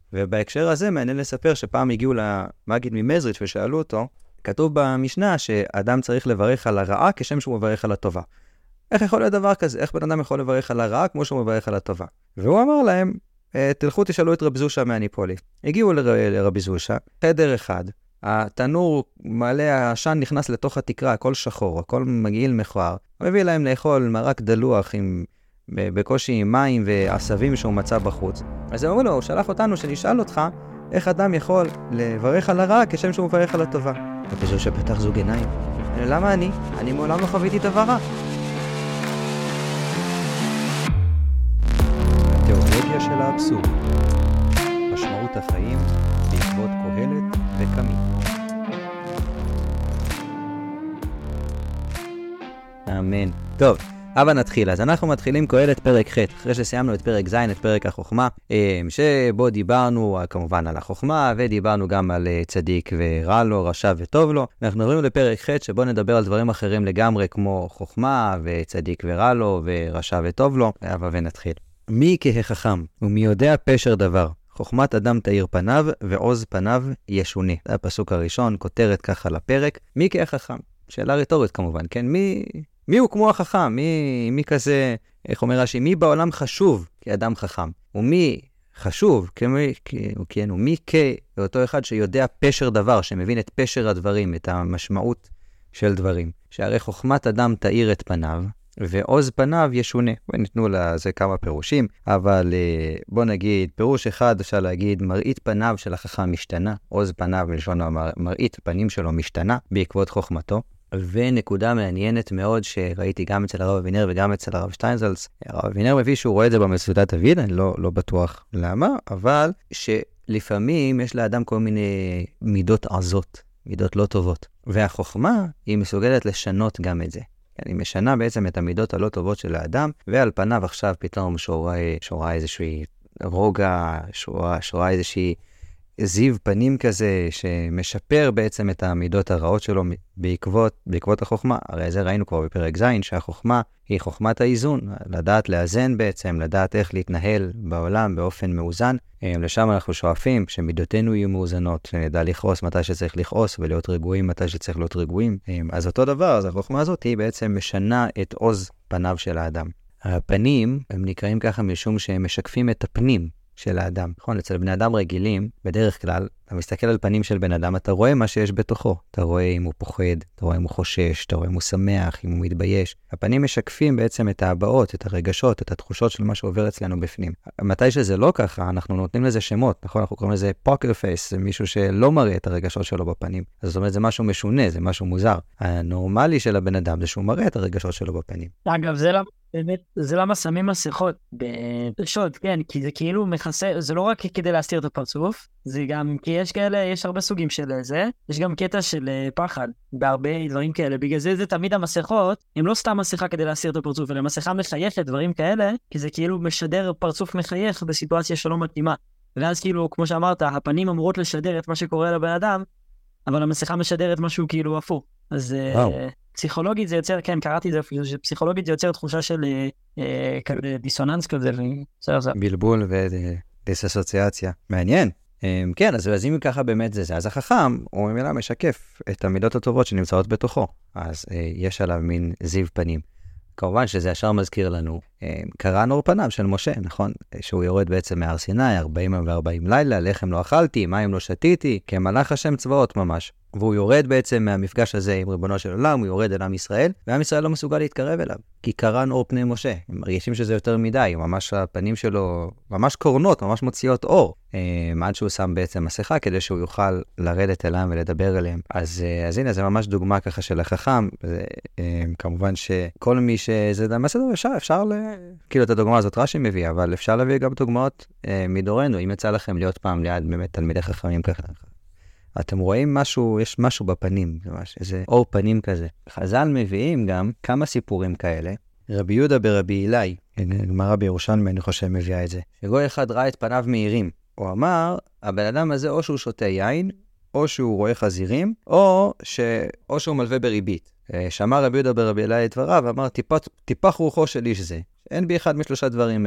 ובהקשר הזה מעניין לספר שפעם הגיעו למגיד ממזריץ' ושאלו אותו, כתוב במשנה שאדם צריך לברך על הרעה כשם שהוא מברך על הטובה. איך יכול להיות דבר כזה? איך בן אדם יכול לברך על הרעה כמו שהוא מברך על הטובה? והוא אמר להם, תלכו תשאלו את רב זושה מהניפולי. הגיעו לרבי זושה, חדר אחד, התנור מלא, העשן נכנס לתוך התקרה, הכל שחור, הכל מגעיל מכוער. הוא הביא להם לאכול מרק דלוח בקושי עם מים ועשבים שהוא מצא בחוץ. אז הוא אמר לו, הוא שלח אותנו שנשאל אותך, איך אדם יכול לברך על הרעה כשם שהוא מברך על הטובה. רבי זושה פתח זוג עיניים. למה אני? אני מעולם לא חוויתי דבר רע. התיאולוגיה של האבסורד. משמעות החיים בעקבות קהלת וקמי. אמן. טוב, אבל נתחיל. אז אנחנו מתחילים קהלת פרק ח', אחרי שסיימנו את פרק ז', את פרק החוכמה, שבו דיברנו כמובן על החוכמה, ודיברנו גם על צדיק ורע לו, רשע וטוב לו. אנחנו עוברים לפרק ח', שבו נדבר על דברים אחרים לגמרי, כמו חוכמה וצדיק ורע לו, ורשע וטוב לו. אבל ונתחיל. מי כהחכם, ומי יודע פשר דבר, חוכמת אדם תאיר פניו, ועוז פניו ישונה. זה הפסוק הראשון, כותרת ככה לפרק. מי כהחכם? שאלה רטורית כמובן, כן? מי הוא כמו החכם? מי כזה, איך אומר רש"י, מי בעולם חשוב כאדם חכם? ומי חשוב, מי כאותו אחד שיודע פשר דבר, שמבין את פשר הדברים, את המשמעות של דברים. שהרי חוכמת אדם תאיר את פניו, ועוז פניו ישונה. וניתנו לזה כמה פירושים, אבל בוא נגיד, פירוש אחד אפשר להגיד, מראית פניו של החכם משתנה, עוז פניו מלשון מראית פנים שלו משתנה בעקבות חוכמתו. ונקודה מעניינת מאוד שראיתי גם אצל הרב אבינר וגם אצל הרב שטיינזלץ. הרב אבינר מביא שהוא רואה את זה במסעודת דוד, אני לא בטוח למה, אבל שלפעמים יש לאדם כל מיני מידות עזות, מידות לא טובות. והחוכמה היא מסוגלת לשנות גם את זה. היא משנה בעצם את המידות הלא טובות של האדם, ועל פניו עכשיו פתאום שורה איזושהי רוגע, שורה איזושהי זיו פנים כזה, שמשפר בעצם את המידות הרעות שלו בעקבות החוכמה. הרי זה ראינו כבר בפרק ז', שהחוכמה היא חוכמת האיזון, לדעת לאזן בעצם, לדעת איך להתנהל בעולם באופן מאוזן. לשם אנחנו שואפים שמידותינו יהיו מאוזנות, שנדע לכעוס מתי שצריך לכעוס, ולהיות רגועים מתי שצריך להיות רגועים. אז אותו דבר, אז החוכמה הזאת היא בעצם משנה את עוז פניו של האדם. הפנים הם נקראים ככה משום שהם משקפים את הפנים של האדם. נכון, אצל בני אדם רגילים, בדרך כלל, אתה מסתכל על פנים של בן אדם, אתה רואה מה שיש בתוכו. אתה רואה אם הוא פוחד, אתה רואה אם הוא חושש, אתה רואה אם הוא שמח, אם הוא מתבייש. הפנים משקפים בעצם את ההבעות, את הרגשות, את התחושות של מה שעובר אצלנו בפנים. מתי שזה לא ככה, אנחנו נותנים לזה שמות. נכון, אנחנו קוראים לזה פוקר פייס, זה מישהו שלא מראה את הרגשות שלו בפנים. אז זאת אומרת, זה משהו משונה, זה משהו מוזר. הנורמלי של הבן אדם זה שהוא מראה את הרגשות שלו בפנים. אגב, באמת, זה למה שמים מסכות בפרשות, כן, כי זה כאילו מכסה, זה לא רק כדי להסתיר את הפרצוף, זה גם, כי יש הרבה סוגים של זה, יש גם קטע של פחד, בהרבה דברים כאלה, בגלל זה תמיד המסכות, הם לא סתם מסכה כדי להסתיר את הפרצוף, אלא מסכה מחייכת, דברים כאלה, כי זה כאילו משדר פרצוף מחייך בסיטואציה שלא מתאימה, ואז כאילו, כמו שאמרת, הפנים אמורות לשדר את מה שקורה לבן אדם, אבל המסכה משדרת משהו כאילו הפוך, אז פסיכולוגית זה יוצר, כן, קראתי את זה אפילו, שפסיכולוגית זה יוצר תחושה של דיסוננס כזה, בלבול ודיסאסוציאציה. מעניין. כן, אז אם ככה באמת זה, אז החכם, הוא ממילא משקף את המידות הטובות שנמצאות בתוכו. אז יש עליו מין זיו פנים. כמובן שזה ישר מזכיר לנו, קרן אור פניו של משה, נכון? שהוא יורד בעצם מהר סיני, 40 ו-40 לילה, לחם לא אכלתי, מים לא שתיתי, כמלאך השם צבאות ממש. והוא יורד בעצם מהמפגש הזה עם ריבונו של עולם, הוא יורד אל עם ישראל, ועם ישראל לא מסוגל להתקרב אליו, כי קרן אור פני משה. הם מרגישים שזה יותר מדי, ממש הפנים שלו, ממש קורנות, ממש מוציאות אור, עד שהוא שם בעצם מסכה, כדי שהוא יוכל לרדת אליהם ולדבר אליהם. אז הנה, זה ממש דוגמה ככה של החכם, כמובן שכל מי שזה מסדר, אפשר כאילו את הדוגמה הזאת רש"י מביא, אבל אפשר להביא גם דוגמאות מדורנו, אם יצא לכם להיות פעם ליד באמת תלמידי חכמים ככה. אתם רואים משהו, יש משהו בפנים, ממש, איזה אור פנים כזה. חז"ל מביאים גם כמה סיפורים כאלה. רבי יהודה ברבי אילאי, גמרא בירושלמי, אני חושב מביאה את זה. שגוי אחד ראה את פניו מהירים. הוא אמר, הבן אדם הזה או שהוא שותה יין, או שהוא רואה חזירים, או שהוא מלווה בריבית. שמע רבי יהודה ברבי אילאי את דבריו, ואמר, טיפח רוחו של איש זה. אין בי אחד משלושה דברים אלו.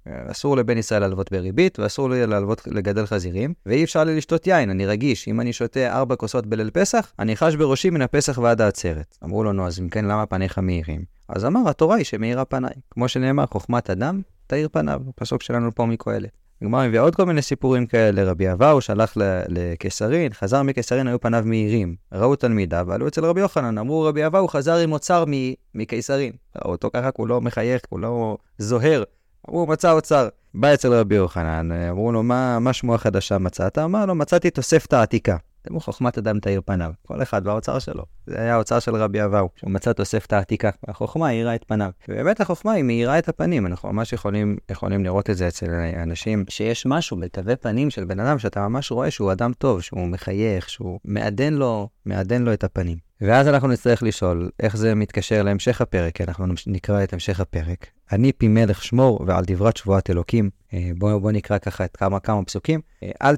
אסור לבן ישראל להלוות בריבית, ואסור לי לגדל חזירים, ואי אפשר לי לשתות יין, אני רגיש. אם אני שותה 4 כוסות בליל פסח, אני חש בראשי מן הפסח ועד העצרת. אמרו לנו, אז אם כן, למה פניך מאירים? אז אמר, התורה היא שמאירה פניי. כמו שנאמר, חוכמת אדם תאיר פניו. פסוק שלנו פה מקהלת. הגמרא מביא עוד כל מיני סיפורים כאלה. רבי אבאו שלח לקיסרין, חזר מקיסרין, היו פניו מאירים. ראו תלמידיו, ועלו אצל רבי יוחנן, אמרו רבי אבאו חזר עם אוצר מקיסרין. ראו אותו ככה, כולו מחייך, כולו זוהר. אמרו, מצא אוצר. בא אצל רבי יוחנן, אמרו לו, מה שמו החדשה מצאת? אמר לו, מצאתי תוספתא עתיקה. תראו, חוכמת אדם תאיר פניו. כל אחד והאוצר שלו. זה היה האוצר של רבי אבאו, שהוא מצא תוספתא עתיקה. החוכמה האירה את פניו. ובאמת החוכמה היא מאירה את הפנים. אנחנו ממש יכולים לראות את זה אצל אנשים, שיש משהו בתווי פנים של בן אדם, שאתה ממש רואה שהוא אדם טוב, שהוא מחייך, שהוא מעדן לו את הפנים. ואז אנחנו נצטרך לשאול איך זה מתקשר להמשך הפרק. אנחנו נקרא את המשך הפרק. אני פי מלך שמור ועל דברת שבועת אלוקים. בוא נקרא ככה את כמה פסוקים. אל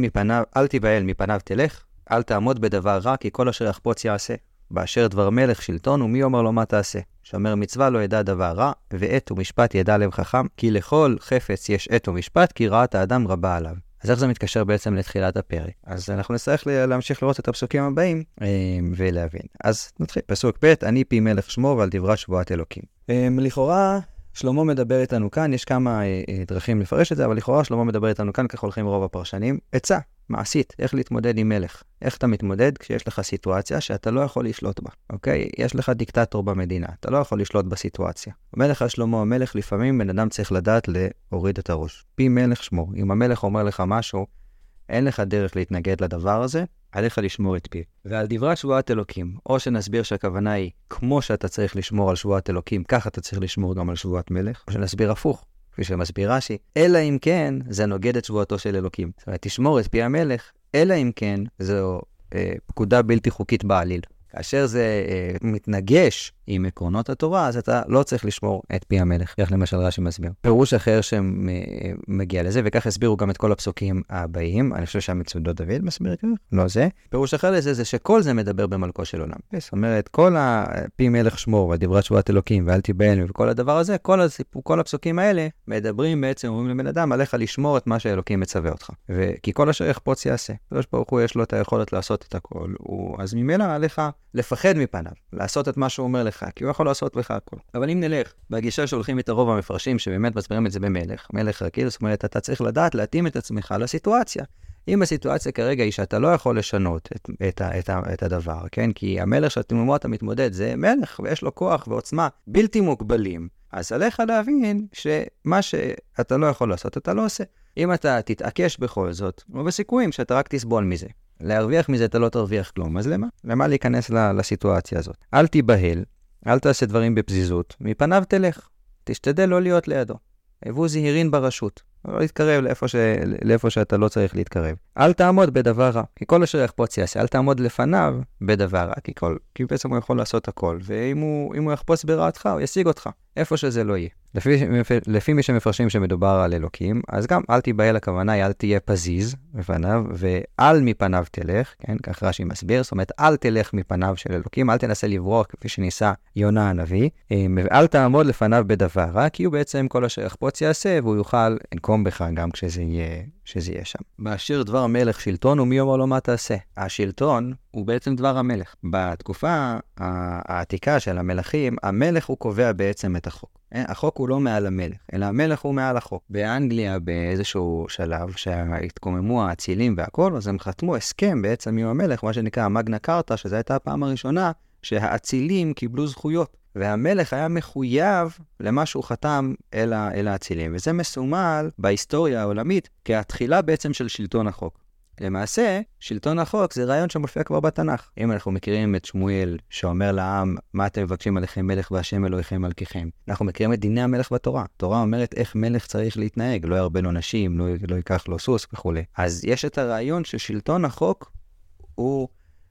תיבהל מפניו תלך, אל תעמוד בדבר רע, כי כל אשר יחפוץ יעשה. באשר דבר מלך שלטון, ומי אומר לו מה תעשה? שומר מצווה לא ידע דבר רע, ועת ומשפט ידע לב חכם, כי לכל חפץ יש עת ומשפט, כי רעת האדם רבה עליו. אז איך זה מתקשר בעצם לתחילת הפרק? אז אנחנו נצטרך להמשיך לראות את הפסוקים הבאים ולהבין. אז נתחיל. פסוק ב', אני פי מלך שמור ועל דברת שבועת אלוקים. לכאורה, שלמה מדבר איתנו כאן, יש כמה דרכים לפרש את זה, אבל לכאורה שלמה מדבר איתנו כאן, כך הולכים רוב הפרשנים. עצה, מעשית, איך להתמודד עם מלך. איך אתה מתמודד כשיש לך סיטואציה שאתה לא יכול לשלוט בה, אוקיי? יש לך דיקטטור במדינה, אתה לא יכול לשלוט בסיטואציה. המלך שלמה, המלך לפעמים בן אדם צריך לדעת להוריד את הראש. פי מלך שמור. אם המלך אומר לך משהו, אין לך דרך להתנגד לדבר הזה, עליך לשמור את פי. ועל דברת שבועת אלוקים, או שנסביר שהכוונה היא, כמו שאתה צריך לשמור על שבועת אלוקים, ככה אתה צריך לשמור גם על שבועת מלך, או שנסביר הפוך, כפי שמסביר רש"י, אלא אם כן, זה נוגד את שבועתו של אלוקים. זאת אומרת, תשמור את פי המלך, אלא אם כן, זו פקודה בלתי חוקית בעליל. כאשר זה מתנגש עם עקרונות התורה, אז אתה לא צריך לשמור את פי המלך. כך למשל רש"י מסביר. פירוש אחר שמגיע לזה, וכך הסבירו גם את כל הפסוקים הבאים. אני חושב שהמצודות דוד מסביר כך, לא זה. פירוש אחר לזה זה שכל זה מדבר במלכו של עולם. זאת אומרת, כל הפי מלך שמור ודברת שבועת אלוקים ואל תיבהל וכל הדבר הזה, כל הפסוקים האלה מדברים בעצם, אומרים לבן אדם, עליך לשמור את מה שאלוקים מצווה אותך. כי כל אשר יחפוץ יעשה. הקדוש ברוך הוא יש לו את היכולת לעשות את הכל. אז ממילא עליך לפחד מפניו, לעשות את מה שהוא אומר לך, כי הוא יכול לעשות לך הכל. אבל אם נלך בגישה שהולכים את הרוב המפרשים, שבאמת מסבירים את זה במלך, מלך רגיל, זאת אומרת, אתה צריך לדעת להתאים את עצמך לסיטואציה. אם הסיטואציה כרגע היא שאתה לא יכול לשנות את הדבר, כן? כי המלך שאתם אתה מתמודד זה מלך, ויש לו כוח ועוצמה בלתי מוגבלים. אז עליך להבין שמה שאתה לא יכול לעשות, אתה לא עושה. אם אתה תתעקש בכל זאת, או בסיכויים שאתה רק תסבול מזה. להרוויח מזה אתה לא תרוויח כלום, אז למה? למה להיכנס לסיטואציה הזאת? אל תיבהל, אל תעשה דברים בפזיזות, מפניו תלך, תשתדל לא להיות לידו. הבו זהירין ברשות, לא להתקרב לאיפה שאתה לא צריך להתקרב. אל תעמוד בדבר רע, כי כל אשר יחפוץ יעשה, אל תעמוד לפניו בדבר רע, כי בעצם הוא יכול לעשות הכל, ואם הוא יחפוץ ברעתך, הוא ישיג אותך, איפה שזה לא יהיה. לפי מי שמפרשים שמדובר על אלוקים, אז גם אל תיבהל, הכוונה היא אל תהיה פזיז בפניו, ואל מפניו תלך, כן, כך רש"י מסביר, זאת אומרת, אל תלך מפניו של אלוקים, אל תנסה לברוח כפי שניסה יונה הנביא, ואל תעמוד לפניו בדבר רע, כי הוא בעצם כל אשר יחפוץ יעשה, והוא יוכל לנקום בך גם כשזה יהיה שם. באשר דבר המלך שלטון, ומי אומר לו מה תעשה? השלטון הוא בעצם דבר המלך. בתקופה העתיקה של המלכים, המלך הוא קובע בעצם את החוק. החוק הוא לא מעל המלך, אלא המלך הוא מעל החוק. באנגליה באיזשהו שלב שהתקוממו האצילים והכל, אז הם חתמו הסכם בעצם עם המלך, מה שנקרא מגנה קרטה, שזו הייתה הפעם הראשונה שהאצילים קיבלו זכויות. והמלך היה מחויב למה שהוא חתם אל האצילים. וזה מסומל בהיסטוריה העולמית כהתחילה בעצם של שלטון החוק. למעשה, שלטון החוק זה רעיון שמופיע כבר בתנ"ך. אם אנחנו מכירים את שמואל שאומר לעם, מה אתם מבקשים עליכם מלך והשם אלוהיכם מלככם. אנחנו מכירים את דיני המלך בתורה. התורה אומרת איך מלך צריך להתנהג, לא ירבה לו נשים, לא ייקח לו סוס וכו'. אז יש את הרעיון ששלטון החוק הוא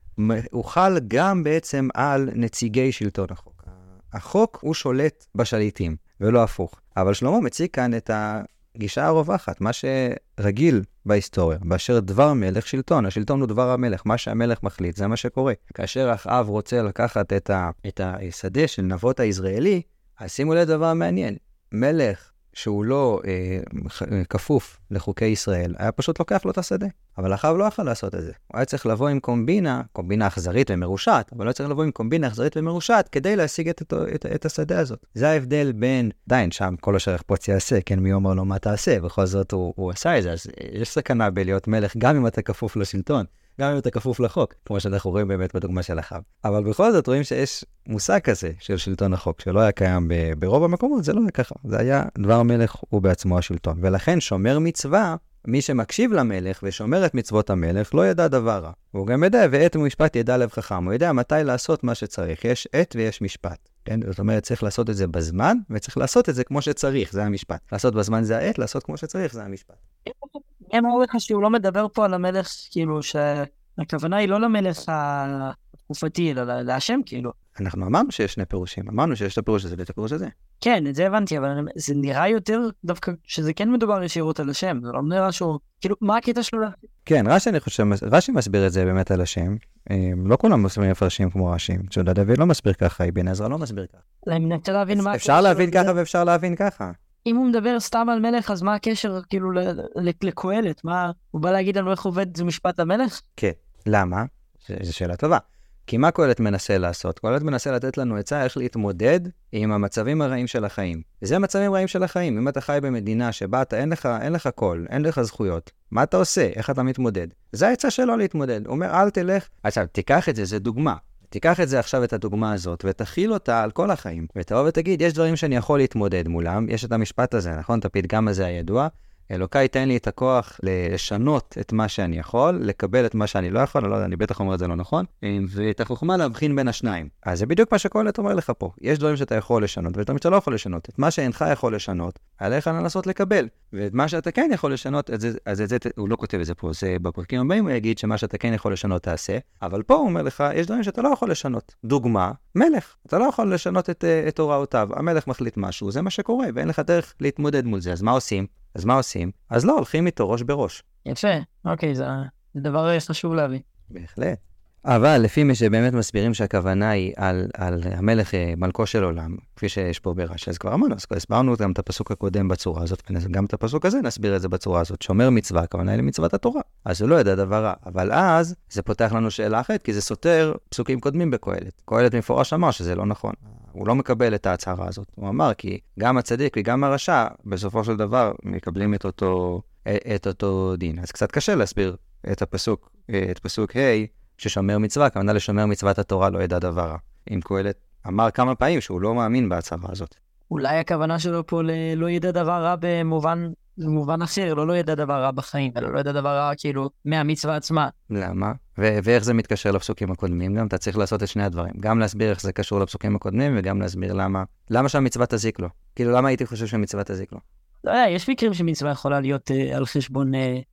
חל גם בעצם על נציגי שלטון החוק. החוק הוא שולט בשליטים, ולא הפוך. אבל שלמה מציג כאן את הגישה הרווחת, מה שרגיל בהיסטוריה, באשר דבר מלך שלטון. השלטון הוא דבר המלך, מה שהמלך מחליט, זה מה שקורה. כאשר אחאב רוצה לקחת את השדה של נבות היזרעאלי, אז שימו לב דבר מעניין. מלך שהוא לא כפוף לחוקי ישראל, היה פשוט לוקח לו את השדה. אבל אחאב לא יכול לעשות את זה. הוא היה צריך לבוא עם קומבינה אכזרית ומרושעת, אבל לא צריך לבוא עם קומבינה אכזרית ומרושעת כדי להשיג את השדה הזאת. זה ההבדל בין, דיין, שם כל אשר יחפוץ יעשה, כן, מי אומר לו מה תעשה, בכל זאת הוא עשה את זה, אז יש סכנה בלהיות מלך, גם אם אתה כפוף לשלטון, גם אם אתה כפוף לחוק, כמו שאנחנו רואים באמת בדוגמה של אחאב. אבל בכל זאת רואים שיש מושג כזה של שלטון החוק, שלא היה קיים ברוב המקומות, זה לא היה ככה. זה היה דבר מלך הוא בעצמו השלטון. ולכן שומר מצווה, מי שמקשיב למלך ושומר את מצוות המלך, לא ידע דבר רע. הוא גם ידע, ועת ומשפט ידע לב חכם. הוא יודע מתי לעשות מה שצריך. יש עת ויש משפט. כן? זאת אומרת, צריך לעשות את זה בזמן, וצריך לעשות את זה כמו שצריך, זה המשפט. לעשות בזמן זה העת, לעשות כמו שצריך, זה המשפט. הם אמרו לך שהוא לא מדבר פה על המלך, כאילו שהכוונה היא לא למלך התקופתי, אלא להשם, כאילו. אנחנו אמרנו שיש שני פירושים, אמרנו שיש את הפירוש הזה ואת הפירוש הזה. כן, את זה הבנתי, אבל זה נראה יותר דווקא שזה כן מדובר ישירות על השם, זה לא נראה שהוא, כאילו, מה הקטע שלו? כן, רש"י מסביר את זה באמת על השם, לא כולם מפרשים כמו רש"י, צ'ודה דוד לא מסביר ככה, אבן עזרא לא מסביר ככה. אני מנסה להבין מה... אפשר להבין ככה ואפשר להבין ככה. אם הוא מדבר סתם על מלך, אז מה הקשר כאילו לקהלת? מה, הוא בא להגיד לנו איך עובד זה משפט המלך? כן, למה? זו שאלה טובה. כי מה קהלת מנסה לעשות? קהלת מנסה לתת לנו עצה איך להתמודד עם המצבים הרעים של החיים. וזה מצבים רעים של החיים. אם אתה חי במדינה שבה אין לך קול, אין לך זכויות, מה אתה עושה? איך אתה מתמודד? זה העצה שלו להתמודד. הוא אומר, אל תלך. עכשיו, תיקח את זה, זה דוגמה. תיקח את זה עכשיו, את הדוגמה הזאת, ותכיל אותה על כל החיים. ותבוא ותגיד, יש דברים שאני יכול להתמודד מולם. יש את המשפט הזה, נכון? את הפתגם הזה הידוע. אלוקיי תן לי את הכוח לשנות את מה שאני יכול, לקבל את מה שאני לא יכול, אני בטח אומר את זה לא נכון, ואת החוכמה להבחין בין השניים. אז זה בדיוק מה שקהלת אומר לך פה. יש דברים שאתה יכול לשנות, ויש דברים שאתה לא יכול לשנות. את מה שאינך יכול לשנות, עליך לנסות לקבל. ואת מה שאתה כן יכול לשנות, אז את זה, הוא לא כותב את זה פה, זה בפרקים הבאים הוא יגיד שמה שאתה כן יכול לשנות תעשה, אבל פה הוא אומר לך, יש דברים שאתה לא יכול לשנות. דוגמה, מלך. אתה לא יכול לשנות את הוראותיו. המלך מחליט משהו, זה מה שקורה, ואין לך דרך להתמודד מול זה. אז מה עושים? אז לא, הולכים איתו ראש בראש. יפה, אוקיי, זה דבר חשוב להביא. בהחלט. אבל לפי מי שבאמת מסבירים שהכוונה היא על המלך מלכו של עולם, כפי שיש פה ברש"י, אז כבר אמרנו, אז הסברנו גם את הפסוק הקודם בצורה הזאת, וגם את הפסוק הזה נסביר את זה בצורה הזאת. שומר מצווה, הכוונה היא למצוות התורה. אז הוא לא ידע דבר רע. אבל אז זה פותח לנו שאלה אחרת, כי זה סותר פסוקים קודמים בקהלת. קהלת מפורש אמר שזה לא נכון. הוא לא מקבל את ההצהרה הזאת. הוא אמר כי גם הצדיק וגם הרשע, בסופו של דבר, מקבלים את אותו דין. אז קצת קשה להסביר את פסוק ה' ששומר מצווה, כמובן לשומר מצוות התורה לא ידע דבר רע. אם קהלת אמר כמה פעמים שהוא לא מאמין בהצהרה הזאת. אולי הכוונה שלו פה לא ידע דבר רע במובן אחר, לא ידע דבר רע בחיים, אלא לא ידע דבר רע כאילו מהמצווה עצמה. למה? ואיך זה מתקשר לפסוקים הקודמים? גם אתה צריך לעשות את שני הדברים. גם להסביר איך זה קשור לפסוקים הקודמים, וגם להסביר למה שהמצווה תזיק לו. כאילו למה הייתי חושב שהמצווה תזיק לו? לא יודע, יש מקרים שמצווה יכולה להיות על חשבון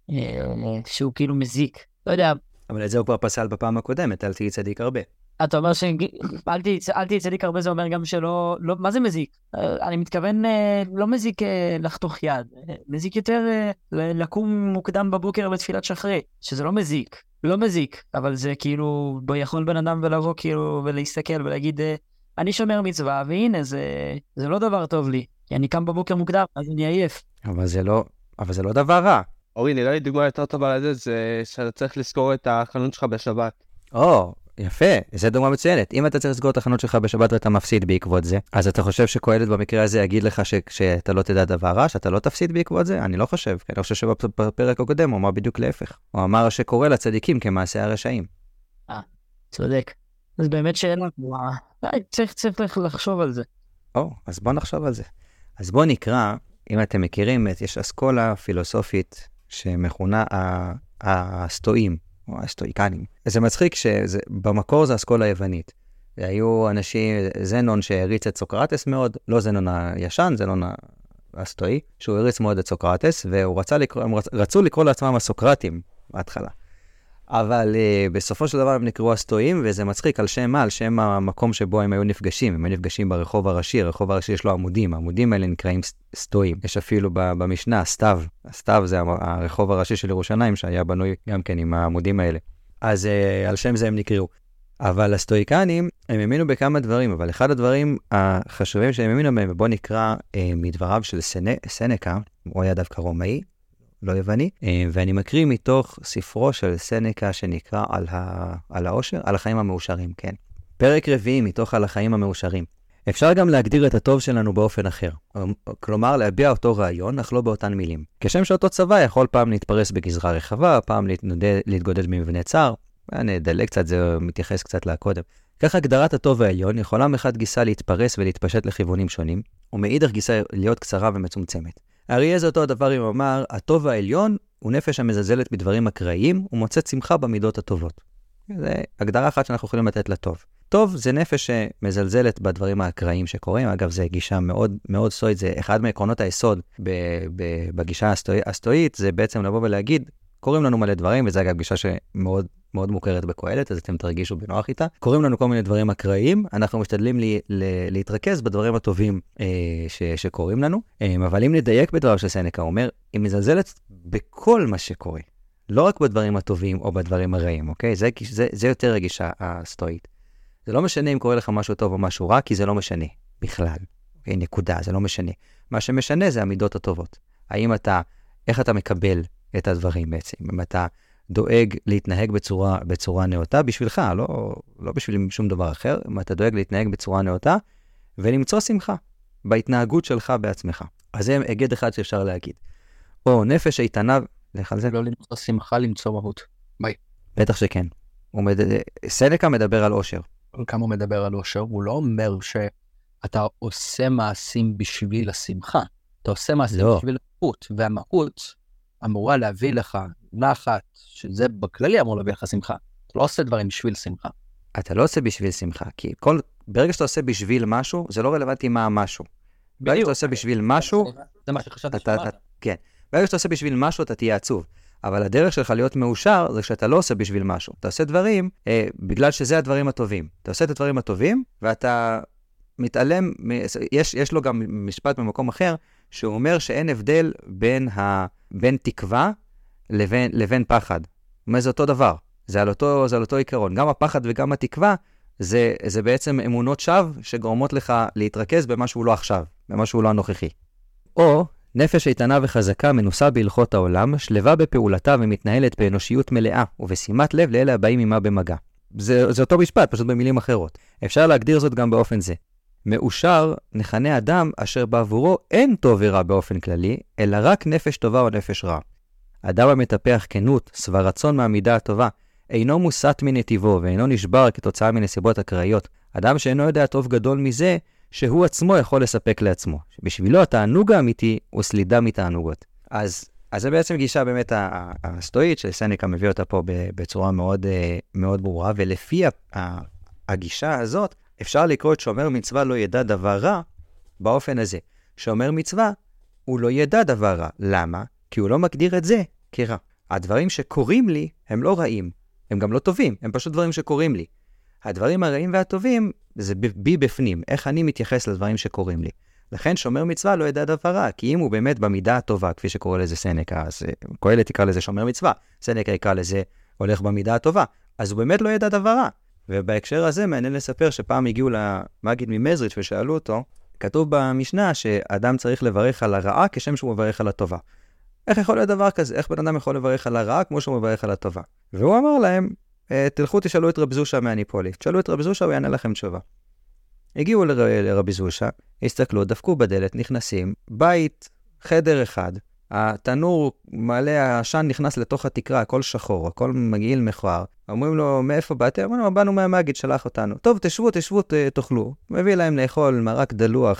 שהוא כאילו מזיק. לא יודע. אבל את זה הוא כבר פסל בפעם הקודמת, אל תהי צדיק הרבה. אתה אומר שאל תהי צדיק הרבה, זה אומר גם שלא, מה זה מזיק? אני מתכוון לא מזיק לחתוך יד, מזיק יותר לקום מוקדם בבוקר בתפילת שחרית, שזה לא מזיק, לא מזיק, אבל זה כאילו, יכול בן אדם ולבוא כאילו ולהסתכל ולהגיד, אני שומר מצווה, והנה זה לא דבר טוב לי, כי אני קם בבוקר מוקדם, אז אני עייף. אבל זה לא דבר רע. אורי, נראה לי דוגמה יותר טובה לזה, זה שאתה צריך לזכור את החנות שלך בשבת. יפה, זו דוגמה מצוינת. אם אתה צריך לסגור את החנות שלך בשבת ואתה מפסיד בעקבות זה, אז אתה חושב שקהלת במקרה הזה יגיד לך שאתה לא תדע דבר רע, שאתה לא תפסיד בעקבות זה? אני לא חושב. אני חושב שבפרק הקודם הוא אמר בדיוק להפך. הוא אמר שקורא לצדיקים כמעשה הרשעים. צודק. אז באמת שאלה, צריך לחשוב על זה. אז בוא נחשוב על זה. אז בוא נקרא, אם אתם מכירים, יש אסכולה פילוסופית שמכונה הסטואים, או הסטואיקנים. זה מצחיק שבמקור זה אסכולה יוונית. היו אנשים, זנון שהריץ את סוקרטס מאוד, לא זנון הישן, זנון הסטואי, שהוא הריץ מאוד את סוקרטס, הם רצו לקרוא לעצמם הסוקרטים בהתחלה. אבל בסופו של דבר הם נקראו הסטואים, וזה מצחיק על שם מה? על שם המקום שבו הם היו נפגשים. הם היו נפגשים ברחוב הראשי, הרחוב הראשי יש לו עמודים, העמודים האלה נקראים סטואים. יש אפילו במשנה, הסתיו זה הרחוב הראשי של ירושלים, שהיה בנוי גם כן עם העמודים האלה. אז על שם זה הם נקראו. אבל הסטואיקנים, הם האמינו בכמה דברים, אבל אחד הדברים החשובים שהם האמינו בהם, ובוא נקרא מדבריו של סנקה, הוא היה דווקא רומאי, לא יווני, ואני מקריא מתוך ספרו של סנקה שנקרא על העושר, על החיים המאושרים, כן. פרק 4 מתוך על החיים המאושרים. אפשר גם להגדיר את הטוב שלנו באופן אחר, כלומר להביע אותו רעיון, אך לא באותן מילים. כשם שאותו צבא יכול פעם להתפרס בגזרה רחבה, פעם להתגודד במבנה צר, נדלג קצת, זה מתייחס קצת לקודם. כך הגדרת הטוב העליון יכולה מחד גיסה להתפרס ולהתפשט לכיוונים שונים, ומאידך גיסה להיות קצרה ומצומצמת. הרי זה אותו הדבר אם אמר, הטוב העליון הוא נפש המזלזלת בדברים אקראיים, ומוצא שמחה במידות הטובות. זה הגדרה אחת שאנחנו יכולים לתת לטוב. טוב זה נפש שמזלזלת בדברים האקראיים שקורים, אגב זה גישה מאוד מאוד סטואית, זה אחד מעקרונות היסוד בגישה הסטואית, זה בעצם לבוא ולהגיד, קוראים לנו מלא דברים, וזה אגב גישה שמאוד מאוד מוכרת בקהלת, אז אתם תרגישו בנוח איתה. קוראים לנו כל מיני דברים אקראיים, אנחנו משתדלים להתרכז בדברים הטובים שקוראים לנו, אבל אם נדייק בדבריו של סנקה, הוא אומר, היא מזלזלת בכל מה שקורה, לא רק בדברים הטובים או בדברים הרעים, אוקיי? זה יותר הגישה הסטואית. זה לא משנה אם קורה לך משהו טוב או משהו רע, כי זה לא משנה בכלל. אוקיי, נקודה, זה לא משנה. מה שמשנה זה המידות הטובות. איך אתה מקבל את הדברים בעצם? אם אתה דואג להתנהג בצורה נאותה בשבילך, לא בשביל שום דבר אחר, אם אתה דואג להתנהג בצורה נאותה, ולמצוא שמחה בהתנהגות שלך בעצמך. אז זה היגד אחד שאפשר להגיד. או נפש איתנה, לך על זה? לא למצוא שמחה, למצוא מהות. ביי. בטח שכן. סנקה מדבר על עושר. כמה הוא מדבר על עושר? הוא לא אומר שאתה עושה מעשים בשביל השמחה. אתה עושה מעשים בשביל המהות, והמהות אמורה להביא לך נחת, שזה בכללי אמור להביא לך שמחה. אתה לא עושה דברים בשביל שמחה. אתה לא עושה בשביל שמחה, כי ברגע שאתה עושה בשביל משהו, זה לא רלוונטי מה המשהו. ברגע שאתה עושה בשביל משהו, זה מה שחשבתי שמעת. כן. ברגע שאתה עושה בשביל משהו, אתה תהיה עצוב. אבל הדרך שלך להיות מאושר, זה שאתה לא עושה בשביל משהו. אתה עושה דברים, בגלל שזה הדברים הטובים. אתה עושה את הדברים הטובים, ואתה מתעלם, יש לו גם משפט במקום אחר, שהוא אומר שאין הבדל בין תקווה לבין פחד. מה זה אותו דבר? זה על אותו עיקרון. גם הפחד וגם התקווה, זה בעצם אמונות שווא, שגורמות לך להתרכז במה שהוא לא עכשיו, במה שהוא לא הנוכחי. או נפש איתנה וחזקה מנוסה בהלכות העולם, שלווה בפעולתה ומתנהלת באנושיות מלאה, ובשימת לב לאלה הבאים עמה במגע. זה אותו משפט, פשוט במילים אחרות. אפשר להגדיר זאת גם באופן זה. מאושר נכנה אדם אשר בעבורו אין טוב ורע באופן כללי, אלא רק נפש טובה או נפש רע. אדם המטפח כנות, שבע רצון מהמידה הטובה, אינו מוסת מנתיבו ואינו נשבר כתוצאה מנסיבות אקראיות. אדם שאינו יודע טוב גדול מזה, שהוא עצמו יכול לספק לעצמו. בשבילו התענוג האמיתי הוא סלידה מתענוגות. אז זה בעצם גישה באמת הסטואית, שסנקה מביא אותה פה בצורה מאוד, מאוד ברורה, ולפי הגישה הזאת, אפשר לקרוא את שומר מצווה לא ידע דבר רע באופן הזה. שומר מצווה הוא לא ידע דבר רע. למה? כי הוא לא מגדיר את זה כרע. הדברים שקורים לי הם לא רעים, הם גם לא טובים, הם פשוט דברים שקורים לי. הדברים הרעים והטובים זה בי בפנים, איך אני מתייחס לדברים שקורים לי. לכן שומר מצווה לא ידע דבר רע, כי אם הוא באמת במידה הטובה, כפי שקורא לזה סנקה, אז קהלת יקרא לזה שומר מצווה, סנקה יקרא לזה הולך במידה הטובה, אז הוא באמת לא ידע דבר רע. ובהקשר הזה מעניין לספר שפעם הגיעו למגיד ממזריץ' ושאלו אותו, כתוב במשנה שאדם צריך לברך על הרעה כשם שהוא מברך על הטובה. איך יכול להיות דבר כזה? איך בן אדם יכול לברך על הרעה כמו שהוא מברך על הטובה? והוא אמר להם, תלכו תשאלו את רב זושה מהניפולי. תשאלו את רב זושה, הוא יענה לכם תשובה. הגיעו לרבי זושה, הסתכלו, דפקו בדלת, נכנסים, בית, חדר אחד, התנור מלא, העשן נכנס לתוך התקרה, הכל שחור, הכל מגעיל מכוער. אומרים לו, מאיפה באתם? אמרנו, באנו מהמגיד, שלח אותנו. טוב, תשבו, תאכלו. מביא להם לאכול מרק דלוח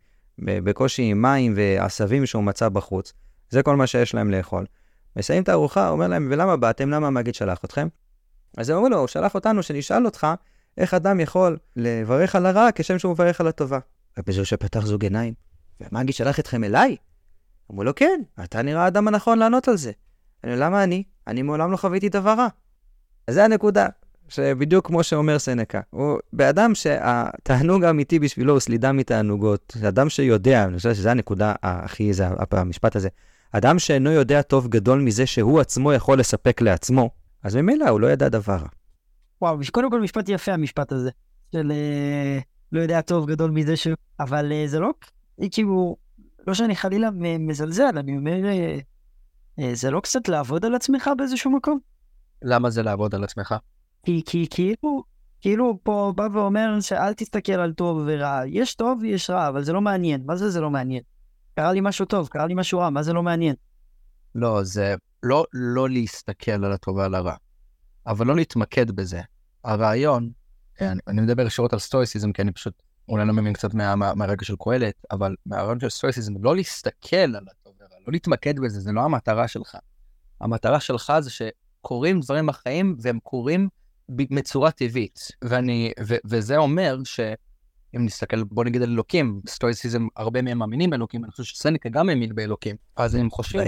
בקושי עם מים ועשבים שהוא מצא בחוץ. זה כל מה שיש להם לאכול. מסיים את הארוחה, אומר להם, ולמה באתם? למה המגיד שלח אתכם? אז הם אומרים לו, הוא שלח אותנו שנשאל אותך, איך אדם יכול לברך על הרע כשם שהוא מברך על הטובה. ובזו שפתח זוג עיניים, והמגיד שלח אתכם אליי? אמרו לו, כן, אתה נראה האדם הנכון לענות על זה. למה אני? אני מעולם לא חוויתי דבר רע. אז זה הנקודה, שבדיוק כמו שאומר סנקה, הוא באדם שהתענוג האמיתי בשבילו הוא סלידה מתענוגות, אדם שיודע, אני חושב שזה הנקודה הכי, זה המשפט הזה, אדם שאינו יודע טוב גדול מזה שהוא עצמו יכול לספק לעצמו, אז ממילא הוא לא ידע דבר רע. וואו, קודם כל משפט יפה המשפט הזה. של לא יודע טוב גדול מזה אבל זה לא, כאילו, לא שאני חלילה מזלזל, אני אומר, זה לא קצת לעבוד על עצמך באיזשהו מקום? למה זה לעבוד על עצמך? כי כאילו פה בא ואומר שאל תסתכל על טוב ורע, יש טוב ויש רע, אבל זה לא מעניין. מה זה לא מעניין? קרה לי משהו טוב, קרה לי משהו רע, מה זה לא מעניין? לא, זה לא להסתכל על הטוב ועל הרע, אבל לא להתמקד בזה. הרעיון, אני מדבר ישירות על סטואיסיזם, כי אני פשוט אולי לא מבין קצת מהרגע של קהלת, אבל הרעיון של סטואיסיזם, לא להסתכל על הטוב והרע, לא להתמקד בזה, זה לא המטרה שלך. המטרה שלך זה שקורים דברים בחיים, והם קורים בצורה טבעית. וזה אומר אם נסתכל, בוא נגיד על אלוקים, סטואיסיזם, הרבה מהם מאמינים באלוקים, אני חושב שסניקה גם האמין באלוקים, אז הם חושבים...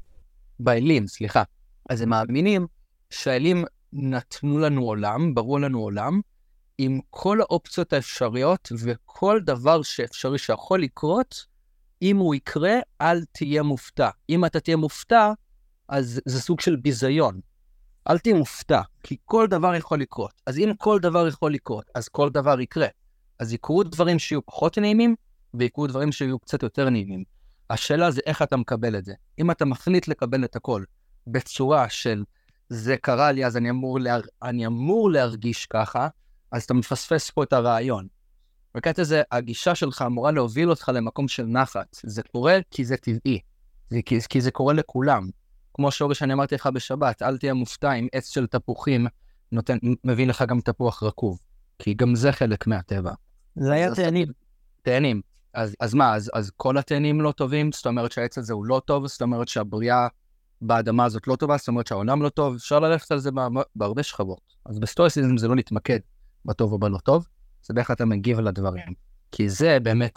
באלים, סליחה. אז הם מאמינים שהאלים נתנו לנו עולם, בראו לנו עולם, עם כל האופציות האפשריות, וכל דבר שאפשרי שיכול לקרות, אם הוא יקרה, אל תהיה מופתע. אם אתה תהיה מופתע, אז זה סוג של ביזיון. אל תהיה מופתע, כי כל דבר יכול לקרות. אז אם כל דבר יכול לקרות, אז כל דבר יקרה. אז יקרו דברים שיהיו פחות נעימים, ויקרו דברים שיהיו קצת יותר נעימים. השאלה זה איך אתה מקבל את זה. אם אתה מחליט לקבל את הכל בצורה של זה קרה לי, אז אני אמור להרגיש ככה, אז אתה מפספס פה את הרעיון. וכעת זה, הגישה שלך אמורה להוביל אותך למקום של נחת. זה קורה כי זה טבעי. כי זה קורה לכולם. כמו שאורי שאני אמרתי לך בשבת, אל תהיה מופתע אם עץ של תפוחים מביא לך גם תפוח רקוב. כי גם זה חלק מהטבע. זה היה תאנים. תאנים. אז מה, אז כל התאנים לא טובים? זאת אומרת שהעץ הזה הוא לא טוב? זאת אומרת שהבריאה באדמה הזאת לא טובה? זאת אומרת שהעולם לא טוב? אפשר ללכת על זה בהרבה שכבות. אז בסטואיסיזם זה לא להתמקד בטוב או בלא טוב, זה באיך אתה מגיב לדברים. כי זה באמת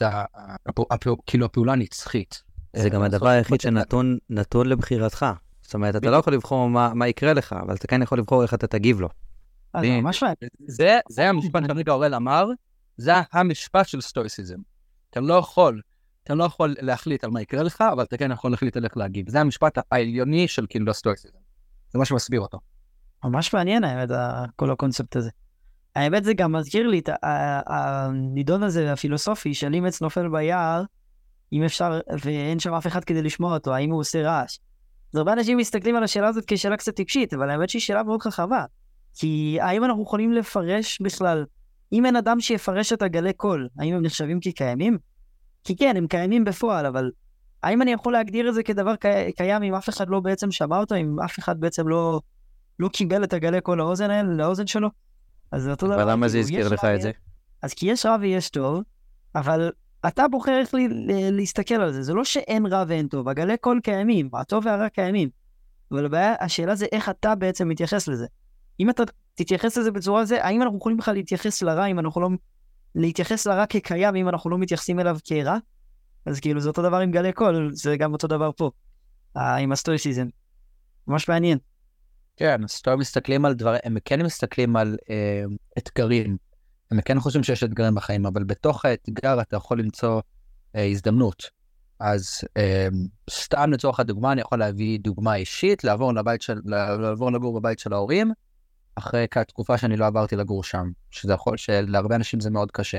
כאילו הפעולה הנצחית. זה גם הדבר היחיד שנתון לבחירתך. זאת אומרת, אתה לא יכול לבחור מה יקרה לך, אבל אתה כן יכול לבחור איך אתה תגיב לו. זה המשפט שרגע אורל אמר, זה המשפט של סטואיסיזם. אתה לא יכול להחליט על מה יקרה לך, אבל אתה כן יכול להחליט על איך להגיב. זה המשפט העליוני של כאילו הסטואיסיזם. זה מה שמסביר אותו. ממש מעניין האמת, כל הקונספט הזה. האמת זה גם מזכיר לי את הנידון הזה הפילוסופי, של אם עץ נופל ביער, אם אפשר, ואין שם אף אחד כדי לשמוע אותו, האם הוא עושה רעש. אז הרבה אנשים מסתכלים על השאלה הזאת כשאלה קצת טיפשית, אבל האמת שהיא שאלה מאוד חכמה. כי האם אנחנו יכולים לפרש בכלל, אם אין אדם שיפרש את הגלי קול, האם הם נחשבים כקיימים? כי כן, הם קיימים בפועל, אבל האם אני יכול להגדיר את זה כדבר קיים אם אף אחד לא בעצם שמע אותו, אם אף אחד בעצם לא קיבל את הגלי קול לאוזן שלו? אז זה אותו דבר. אבל למה זה הזכיר לך את זה? אז כי יש רע ויש טוב, אבל אתה בוחר איך להסתכל על זה. זה לא שאין רע ואין טוב, הגלי קול קיימים, הטוב והרע קיימים. אבל הבעיה, השאלה זה איך אתה בעצם מתייחס לזה. אם אתה תתייחס לזה בצורה הזה, האם אנחנו יכולים בכלל להתייחס לרע, אם אנחנו לא... להתייחס לרע כקיים, אם אנחנו לא מתייחסים אליו כרע? אז כאילו זה אותו דבר עם גלי קול, זה גם אותו דבר פה. עם הסטואיסיזם. ממש מעניין. כן, הסטואיסיזם מסתכלים על דברים, הם כן מסתכלים על אתגרים. הם כן חושבים שיש אתגרים בחיים, אבל בתוך האתגר אתה יכול למצוא הזדמנות. אז סתם לצורך הדוגמה, אני יכול להביא דוגמה אישית, לעבור לגור בבית של ההורים, אחרי תקופה שאני לא עברתי לגור שם, שזה יכול שלהרבה אנשים זה מאוד קשה,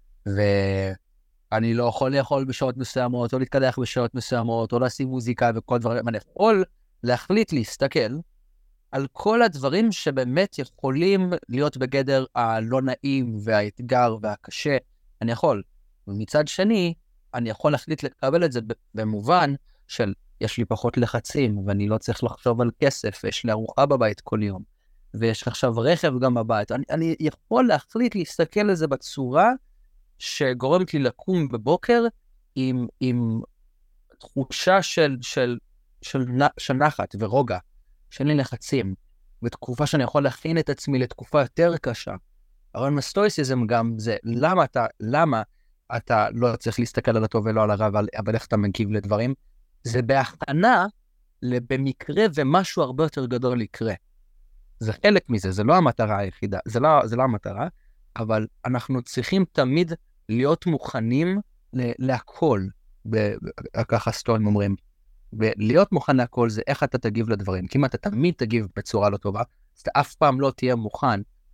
ואני לא יכול לאכול בשעות מסוימות, או להתקדח בשעות מסוימות, או לשים מוזיקה וכל דברים, אני יכול להחליט להסתכל על כל הדברים שבאמת יכולים להיות בגדר הלא נעים והאתגר והקשה, אני יכול. ומצד שני, אני יכול להחליט לקבל את זה במובן של יש לי פחות לחצים, ואני לא צריך לחשוב על כסף, יש לי ארוחה בבית כל יום, ויש עכשיו רכב גם בבית. אני יכול להחליט להסתכל על זה בצורה שגורמת לי לקום בבוקר עם תחושה של נחת ורוגע, שאין לי לחצים, ותקופה שאני יכול להכין את עצמי לתקופה יותר קשה. אבל מסטואיסיזם גם זה, למה אתה לא צריך להסתכל על הטוב ולא על הרע, אבל איך אתה מגיב לדברים? זה בהכנה במקרה ומשהו הרבה יותר גדול יקרה. זה חלק מזה, זה לא המטרה היחידה, זה לא המטרה, אבל אנחנו צריכים תמיד להיות מוכנים להכל, ככה סטואים אומרים, ולהיות מוכן להכל זה איך אתה תגיב לדברים, כי אם אתה תמיד תגיב בצורה לא טובה, אז אתה אף פעם לא תהיה מוכן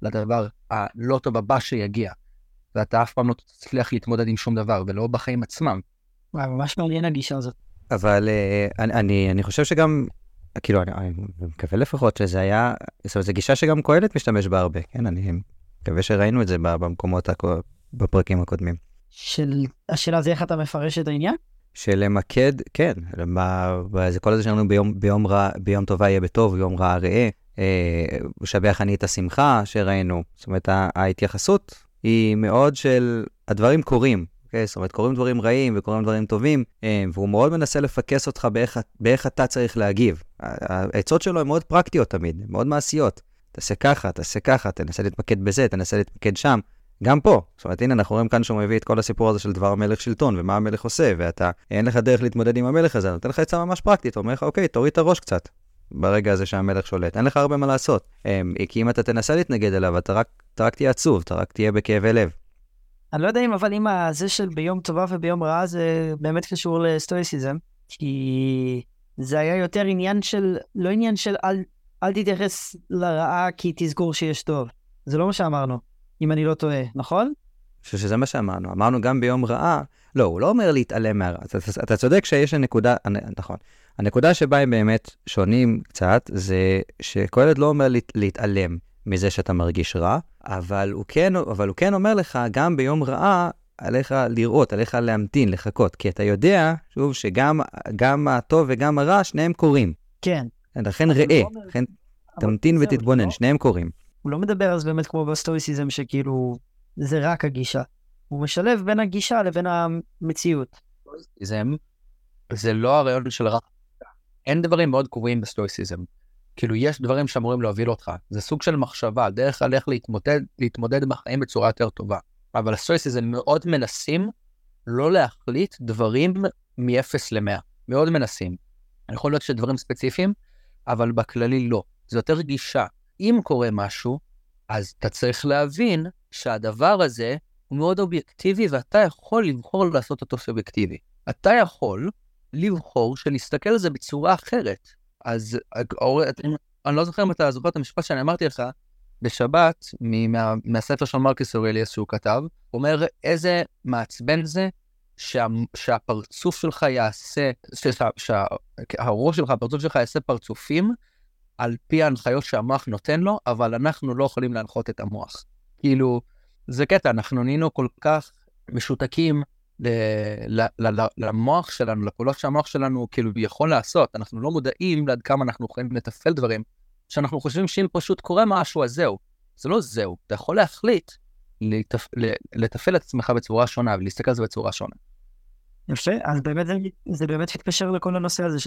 לדבר הלא טוב הבא שיגיע, ואתה אף פעם לא תצליח להתמודד עם שום דבר, ולא בחיים עצמם. ממש מעניין הגישה הזאת. אבל אני חושב שגם, כאילו, אני מקווה לפחות שזה היה, זאת אומרת, זו גישה שגם קהלת משתמש בה הרבה, כן? אני מקווה שראינו את זה במקומות, בפרקים הקודמים. השאלה זה איך אתה מפרש את העניין? שלמקד, כן, זה כל זה שלנו ביום טובה יהיה בטוב, ביום רע ראה, שבח אני את השמחה שראינו. זאת אומרת, ההתייחסות היא מאוד של הדברים קורים, okay? זאת אומרת, קורים דברים רעים וקורים דברים טובים, והוא מאוד מנסה לפקס אותך באיך אתה צריך להגיב. העצות שלו הן מאוד פרקטיות תמיד, מאוד מעשיות. תעשה ככה, תנסה להתמקד בזה, תנסה להתמקד שם. גם פה, זאת אומרת, הנה, אנחנו רואים כאן שהוא מביא את כל הסיפור הזה של דבר המלך שלטון, ומה המלך עושה, ואתה, אין לך דרך להתמודד עם המלך הזה, נותן לך עצה ממש פרקטית, אומר לך, אוקיי, תוריד את הראש קצת, ברגע הזה שהמלך שולט, אין לך הרבה מה לעשות, כי אם אתה תנסה להתנגד אליו, אתה רק תהיה עצוב, אתה רק תהיה בכאבי לב. אני לא יודע אבל אם זה של ביום טובה וביום רעה, זה באמת קשור לסטואיסיזם, כי זה היה יותר עניין של, לא עניין של אל תתייחס לרעה כי תזכור שיש טוב, זה לא מה שאמרנו. אם אני לא טועה, נכון? שזה מה שאמרנו. אמרנו גם ביום רעה, לא, הוא לא אומר להתעלם מהרעה. אתה צודק שיש הנקודה, נכון. הנקודה שבה הם באמת שונים קצת, זה שקהלת לא אומר להתעלם מזה שאתה מרגיש רע, אבל הוא כן אומר לך, גם ביום רעה, עליך לראות, עליך להמתין, לחכות, כי אתה יודע, שוב, שגם הטוב וגם הרע, שניהם קורים. כן. לכן ראה, לכן תמתין ותתבונן, שניהם קורים. הוא לא מדבר אז באמת כמו בסטואיסיזם שכאילו זה רק הגישה. הוא משלב בין הגישה לבין המציאות. זה לא הרעיון של רק. אין דברים מאוד קבועים בסטואיסיזם. כאילו יש דברים שאמורים להוביל אותך. זה סוג של מחשבה, דרך על איך להתמודד בחיים בצורה יותר טובה. אבל הסטואיסיזם מאוד מנסים לא להחליט דברים מ-0 ל-100. מאוד מנסים. אני יכול להיות שדברים ספציפיים, אבל בכללי לא. זה יותר גישה. אם קורה משהו, אז אתה צריך להבין שהדבר הזה הוא מאוד אובייקטיבי, ואתה יכול לבחור לעשות אותו סובייקטיבי. אתה יכול לבחור שנסתכל על זה בצורה אחרת. אז אני לא זוכר אם אתה זוכר את המשפט שאני אמרתי לך, בשבת, מהספר של מרקוס אורליוס שהוא כתב, הוא אומר איזה מעצבן זה, שהפרצוף שלך יעשה, שהראש שלך, הפרצוף שלך יעשה פרצופים, על פי ההנחיות שהמוח נותן לו, אבל אנחנו לא יכולים להנחות את המוח. כאילו, זה קטע, אנחנו נהיינו כל כך משותקים למוח שלנו, לפעולות שהמוח שלנו כאילו יכול לעשות, אנחנו לא מודעים לעד כמה אנחנו יכולים לתפעל דברים, שאנחנו חושבים שאם פשוט קורה משהו, אז זהו. זה לא זהו, אתה יכול להחליט לתפעל את עצמך בצורה שונה, ולהסתכל על זה בצורה שונה. יפה, אז באמת זה באמת מתקשר לכל הנושא הזה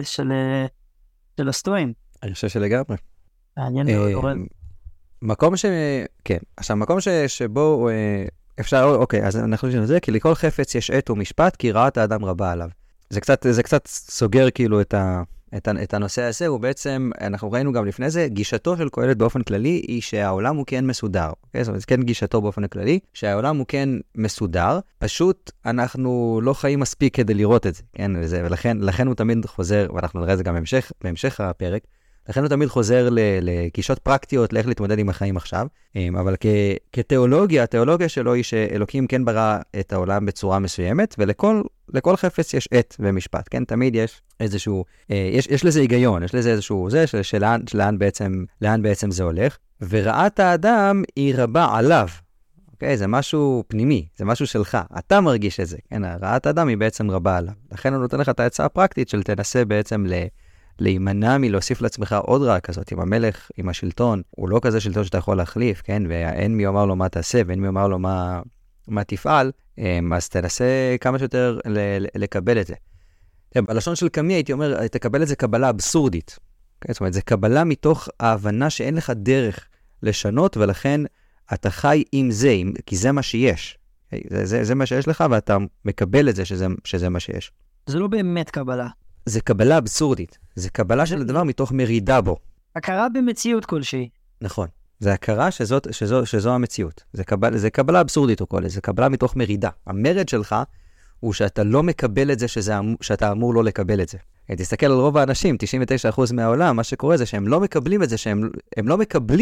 של הסטואים. אני חושב שלגמרי. מעניין מאוד. מקום כן, עכשיו מקום שבו אפשר, אוקיי, אז אנחנו חושבים על זה, כי לכל חפץ יש עת ומשפט, כי רעת האדם רבה עליו. זה קצת סוגר כאילו את הנושא הזה, הוא בעצם, אנחנו ראינו גם לפני זה, גישתו של קהלת באופן כללי היא שהעולם הוא כן מסודר. זאת אומרת, כן גישתו באופן כללי, שהעולם הוא כן מסודר, פשוט אנחנו לא חיים מספיק כדי לראות את זה, כן? ולכן הוא תמיד חוזר, ואנחנו נראה את זה גם בהמשך הפרק, לכן הוא תמיד חוזר לגישות פרקטיות לאיך להתמודד עם החיים עכשיו, אבל כתיאולוגיה, התיאולוגיה שלו היא שאלוקים כן ברא את העולם בצורה מסוימת, ולכל חפץ יש עת ומשפט, כן? תמיד יש איזשהו, יש לזה היגיון, יש לזה איזשהו זה, לאן בעצם זה הולך, ורעת האדם היא רבה עליו, אוקיי? זה משהו פנימי, זה משהו שלך, אתה מרגיש את זה, כן? רעת האדם היא בעצם רבה עליו, לכן הוא נותן לך את ההצעה הפרקטית של תנסה בעצם להימנע מלהוסיף לעצמך עוד רעה כזאת, עם המלך, עם השלטון, הוא לא כזה שלטון שאתה יכול להחליף, כן? ואין מי אומר לו מה תעשה, ואין מי אומר לו מה תפעל, אז תנסה כמה שיותר לקבל את זה. בלשון של קמי הייתי אומר, תקבל את זה קבלה אבסורדית. זאת אומרת, זה קבלה מתוך ההבנה שאין לך דרך לשנות, ולכן אתה חי עם זה, כי זה מה שיש. זה מה שיש לך, ואתה מקבל את זה שזה מה שיש. זה לא באמת קבלה. זה קבלה אבסורדית. זה קבלה של הדבר מתוך מרידה בו. הכרה במציאות כלשהי. נכון. זה הכרה שזו המציאות. זה קבלה אבסורדית או כל זה קבלה מתוך מרידה. המרד שלך הוא שאתה לא מקבל את זה שאתה אמור לא לקבל את זה. תסתכל על רוב האנשים, 99% מהעולם, מה שקורה זה שהם לא מקבלים את זה, שהם לא מקבלים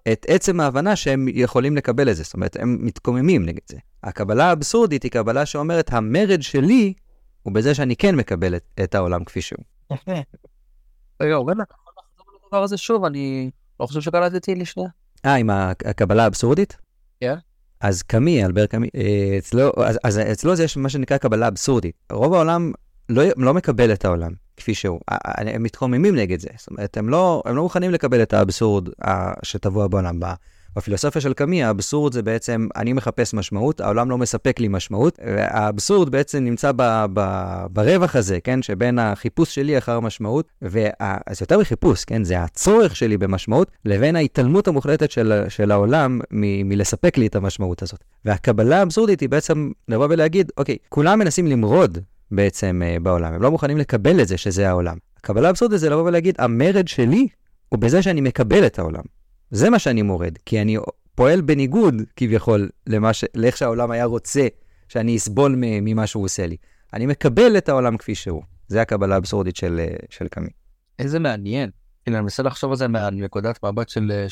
את עצם ההבנה שהם יכולים לקבל את זה. זאת אומרת, הם מתקוממים נגד זה. הקבלה האבסורדית היא קבלה שאומרת, המרד שלי הוא בזה שאני כן מקבל את העולם כפי שהוא. יפה. רגע, אורן, אתה יכול לחזור לדבר הזה שוב? אני לא חושב שקלטתי לי שנייה. עם הקבלה האבסורדית? כן. אז קמי, אלבר קמי, אז אצלו זה יש מה שנקרא קבלה אבסורדית. רוב העולם לא מקבל את העולם כפי שהוא. הם מתקוממים נגד זה. זאת אומרת, הם לא מוכנים לקבל את האבסורד שטבוע בעולם. בפילוסופיה של קמי, האבסורד זה בעצם, אני מחפש משמעות, העולם לא מספק לי משמעות, והאבסורד בעצם נמצא ברווח הזה, כן? שבין החיפוש שלי אחר משמעות, אז יותר מחיפוש, כן? זה הצורך שלי במשמעות, לבין ההתעלמות המוחלטת של העולם מלספק לי את המשמעות הזאת. והקבלה האבסורדית היא בעצם לבוא ולהגיד, אוקיי, כולם מנסים למרוד בעצם בעולם, הם לא מוכנים לקבל את זה שזה העולם. הקבלה האבסורדית זה לבוא ולהגיד, המרד שלי הוא בזה שאני מקבל את העולם. זה מה שאני מורד, כי אני פועל בניגוד כביכול לאיך שהעולם היה רוצה שאני אסבול ממה שהוא עושה לי. אני מקבל את העולם כפי שהוא. זה הקבלה האבסורדית של קמי. איזה מעניין. הנה, אני מנסה לחשוב על זה מנקודת מבט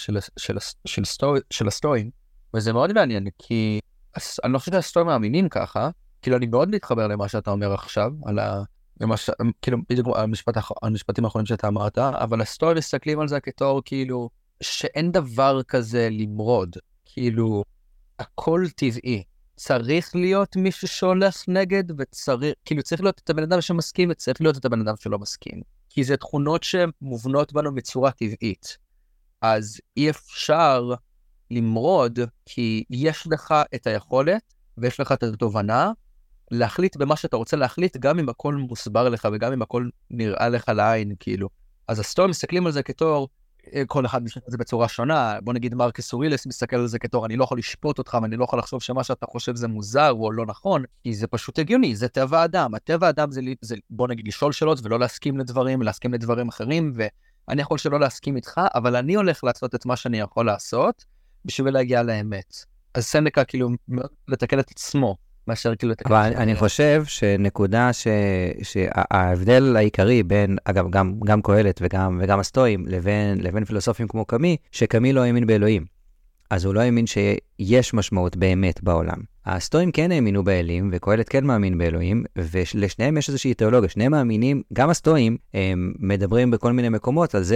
של הסטואים, וזה מאוד מעניין, כי אני לא חושב שהסטואים מאמינים ככה, כאילו אני מאוד מתחבר למה שאתה אומר עכשיו, כאילו בדיוק המשפטים האחרונים שאתה אמרת, אבל הסטואים מסתכלים על זה כתור כאילו, שאין דבר כזה למרוד, כאילו, הכל טבעי. צריך להיות מישהו שהולך נגד, כאילו צריך להיות את הבן אדם שמסכים, וצריך להיות את הבן אדם שלא מסכים. כי זה תכונות שמובנות בנו בצורה טבעית. אז אי אפשר למרוד, כי יש לך את היכולת, ויש לך את התובנה, להחליט במה שאתה רוצה להחליט, גם אם הכל מוסבר לך, וגם אם הכל נראה לך לעין, כאילו. אז הסטואים מסתכלים על זה כתור, כל אחד מסתכל על זה בצורה שונה, בוא נגיד מרקס אורילס מסתכל על זה כתור, אני לא יכול לשפוט אותך, ואני לא יכול לחשוב שמה שאתה חושב זה מוזר או לא נכון, כי זה פשוט הגיוני, זה טבע האדם, הטבע האדם זה בוא נגיד לשאול שאלות ולא להסכים לדברים, להסכים לדברים אחרים, ואני יכול שלא להסכים איתך, אבל אני הולך לעשות את מה שאני יכול לעשות, בשביל להגיע לאמת. אז סנקה כאילו מאוד לתקן את עצמו, מאשר כאילו לתקן. אבל אני חושב שנקודה שההבדל העיקרי בין, אגב, גם קהלת וגם הסטואים, לבין פילוסופים כמו קמי, שקמי לא האמין באלוהים. אז הוא לא האמין שיש משמעות באמת בעולם. הסטואים כן האמינו באלים, וקהלת כן מאמין באלוהים, ולשניהם יש איזושהי תיאולוגיה. שניהם מאמינים, גם הסטואים מדברים בכל מיני מקומות על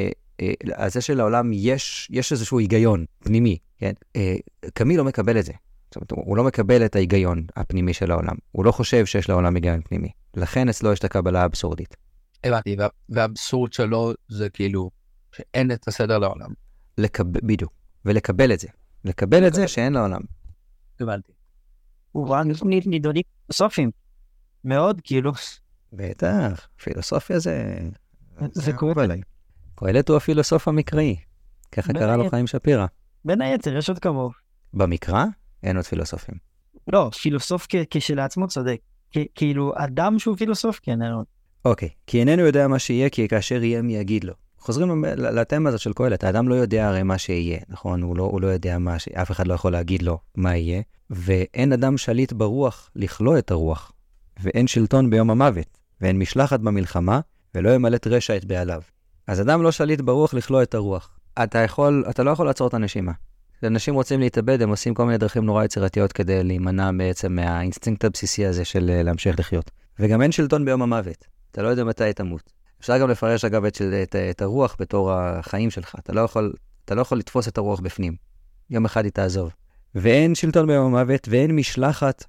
זה שלעולם יש איזשהו היגיון פנימי. כן? קמי לא מקבל את זה. זאת אומרת, הוא לא מקבל את ההיגיון הפנימי של העולם. הוא לא חושב שיש לעולם היגיון פנימי. לכן אצלו יש את הקבלה האבסורדית. הבנתי, והאבסורד שלו זה כאילו שאין את הסדר לעולם. בדיוק. ולקבל את זה. לקבל את זה שאין לעולם. הבנתי. הוא ראה נידונים פילוסופיים. מאוד, כאילו. בטח, פילוסופיה זה קורה עליי. קהלת הוא הפילוסוף המקראי. ככה קרא לו חיים שפירא. בין היתר, יש עוד כמוהו. במקרא? אין עוד פילוסופים. לא, פילוסוף כשלעצמו צודק. כאילו, אדם שהוא פילוסוף, כן, אין עוד. אוקיי, כי איננו יודע מה שיהיה, כי כאשר יהיה מי יגיד לו. חוזרים לתמה הזאת של קהלת, האדם לא יודע הרי מה שיהיה, נכון? הוא לא יודע מה שיהיה, אף אחד לא יכול להגיד לו מה יהיה, ואין אדם שליט ברוח לכלוא את הרוח, ואין שלטון ביום המוות, ואין משלחת במלחמה, ולא ימלט רשע את בעליו. אז אדם לא שליט ברוח לכלוא את הרוח. אתה לא יכול לעצור את הנשימה. כשאנשים רוצים להתאבד, הם עושים כל מיני דרכים נורא יצירתיות כדי להימנע בעצם מהאינסטינקט הבסיסי הזה של להמשיך לחיות. וגם אין שלטון ביום המוות. אתה לא יודע מתי תמות. אפשר גם לפרש אגב את הרוח בתור החיים שלך. אתה לא יכול לתפוס את הרוח בפנים. יום אחד היא תעזוב. ואין שלטון ביום המוות, ואין משלחת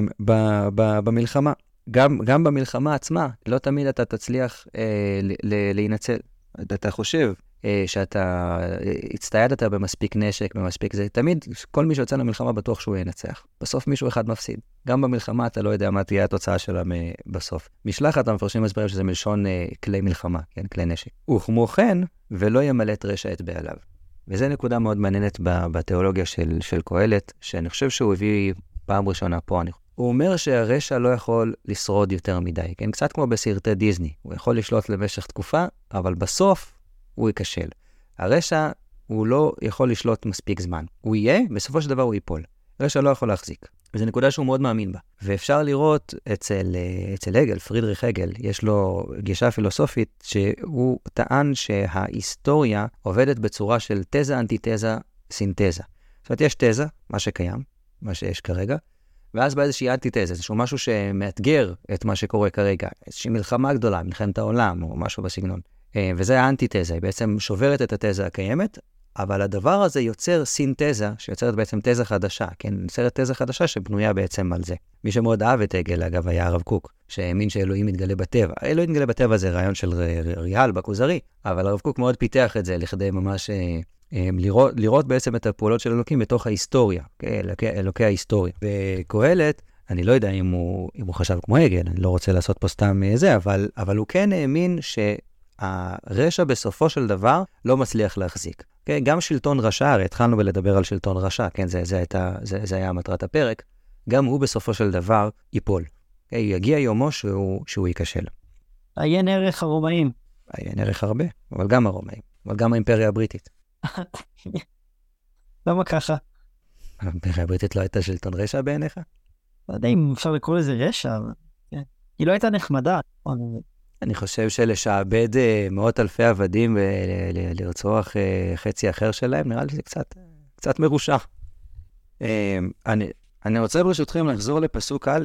במלחמה. גם במלחמה עצמה, לא תמיד אתה תצליח להינצל. אתה חושב שאתה הצטיידת במספיק נשק, במספיק זה. תמיד כל מי שיוצא למלחמה בטוח שהוא ינצח. בסוף מישהו אחד מפסיד. גם במלחמה אתה לא יודע מה תהיה התוצאה שלה בסוף. משלחת המפרשים מסבירים שזה מלשון כלי מלחמה, כן? כלי נשק. וכמו כן, ולא ימלט רשע את בעליו. וזו נקודה מאוד מעניינת בתיאולוגיה של קהלת, שאני חושב שהוא הביא פעם ראשונה פה. הוא אומר שהרשע לא יכול לשרוד יותר מדי, כן? קצת כמו בסרטי דיזני. הוא יכול לשלוט למשך תקופה, אבל בסוף הוא ייכשל. הרשע הוא לא יכול לשלוט מספיק זמן. הוא יהיה, בסופו של דבר הוא ייפול. הרשע לא יכול להחזיק. וזו נקודה שהוא מאוד מאמין בה. ואפשר לראות אצל הגל, פרידריך הגל, יש לו גישה פילוסופית שהוא טען שההיסטוריה עובדת בצורה של תזה, אנטיתזה, סינתזה. זאת אומרת, יש תזה, מה שקיים, מה שיש כרגע, ואז בא איזושהי אנטיתזה, איזשהו משהו שמאתגר את מה שקורה כרגע, איזושהי מלחמה גדולה, מלחמת העולם, או משהו בסגנון. וזה האנטיתזה, היא בעצם שוברת את התזה הקיימת, אבל הדבר הזה יוצר סינתזה, שיוצרת בעצם תזה חדשה, כן? יוצרת תזה חדשה שבנויה בעצם על זה. מי שמאוד אהב את הגל, אגב, היה הרב קוק, שהאמין שאלוהים מתגלה בטבע. אלוהים מתגלה בטבע זה רעיון של ריאל בכוזרי, אבל הרב קוק מאוד פיתח את זה לכדי ממש לראות בעצם את הפעולות של אלוקים בתוך ההיסטוריה, אלוקי ההיסטוריה. וקהלת, אני לא יודע אם הוא חשב כמו הגל, אני לא רוצה לעשות פה סתם זה, אבל הוא כן האמין שהרשע בסופו של דבר לא מצליח להחזיק. Okay, גם שלטון רשע, הרי התחלנו בלדבר על שלטון רשע, כן, זה היה מטרת הפרק, גם הוא בסופו של דבר ייפול. Okay, יגיע יומו שהוא ייכשל. עיין ערך הרומאים. עיין ערך הרבה, אבל גם הרומאים, אבל גם האימפריה הבריטית. למה ככה? האימפריה הבריטית לא הייתה שלטון רשע בעיניך? לא יודע אם אפשר לקרוא לזה רשע, אבל... כן. היא לא הייתה נחמדה. אני חושב שלשעבד מאות אלפי עבדים ולרצוח חצי אחר שלהם, נראה לי זה קצת מרושע. אני רוצה ברשותכם לחזור לפסוק א',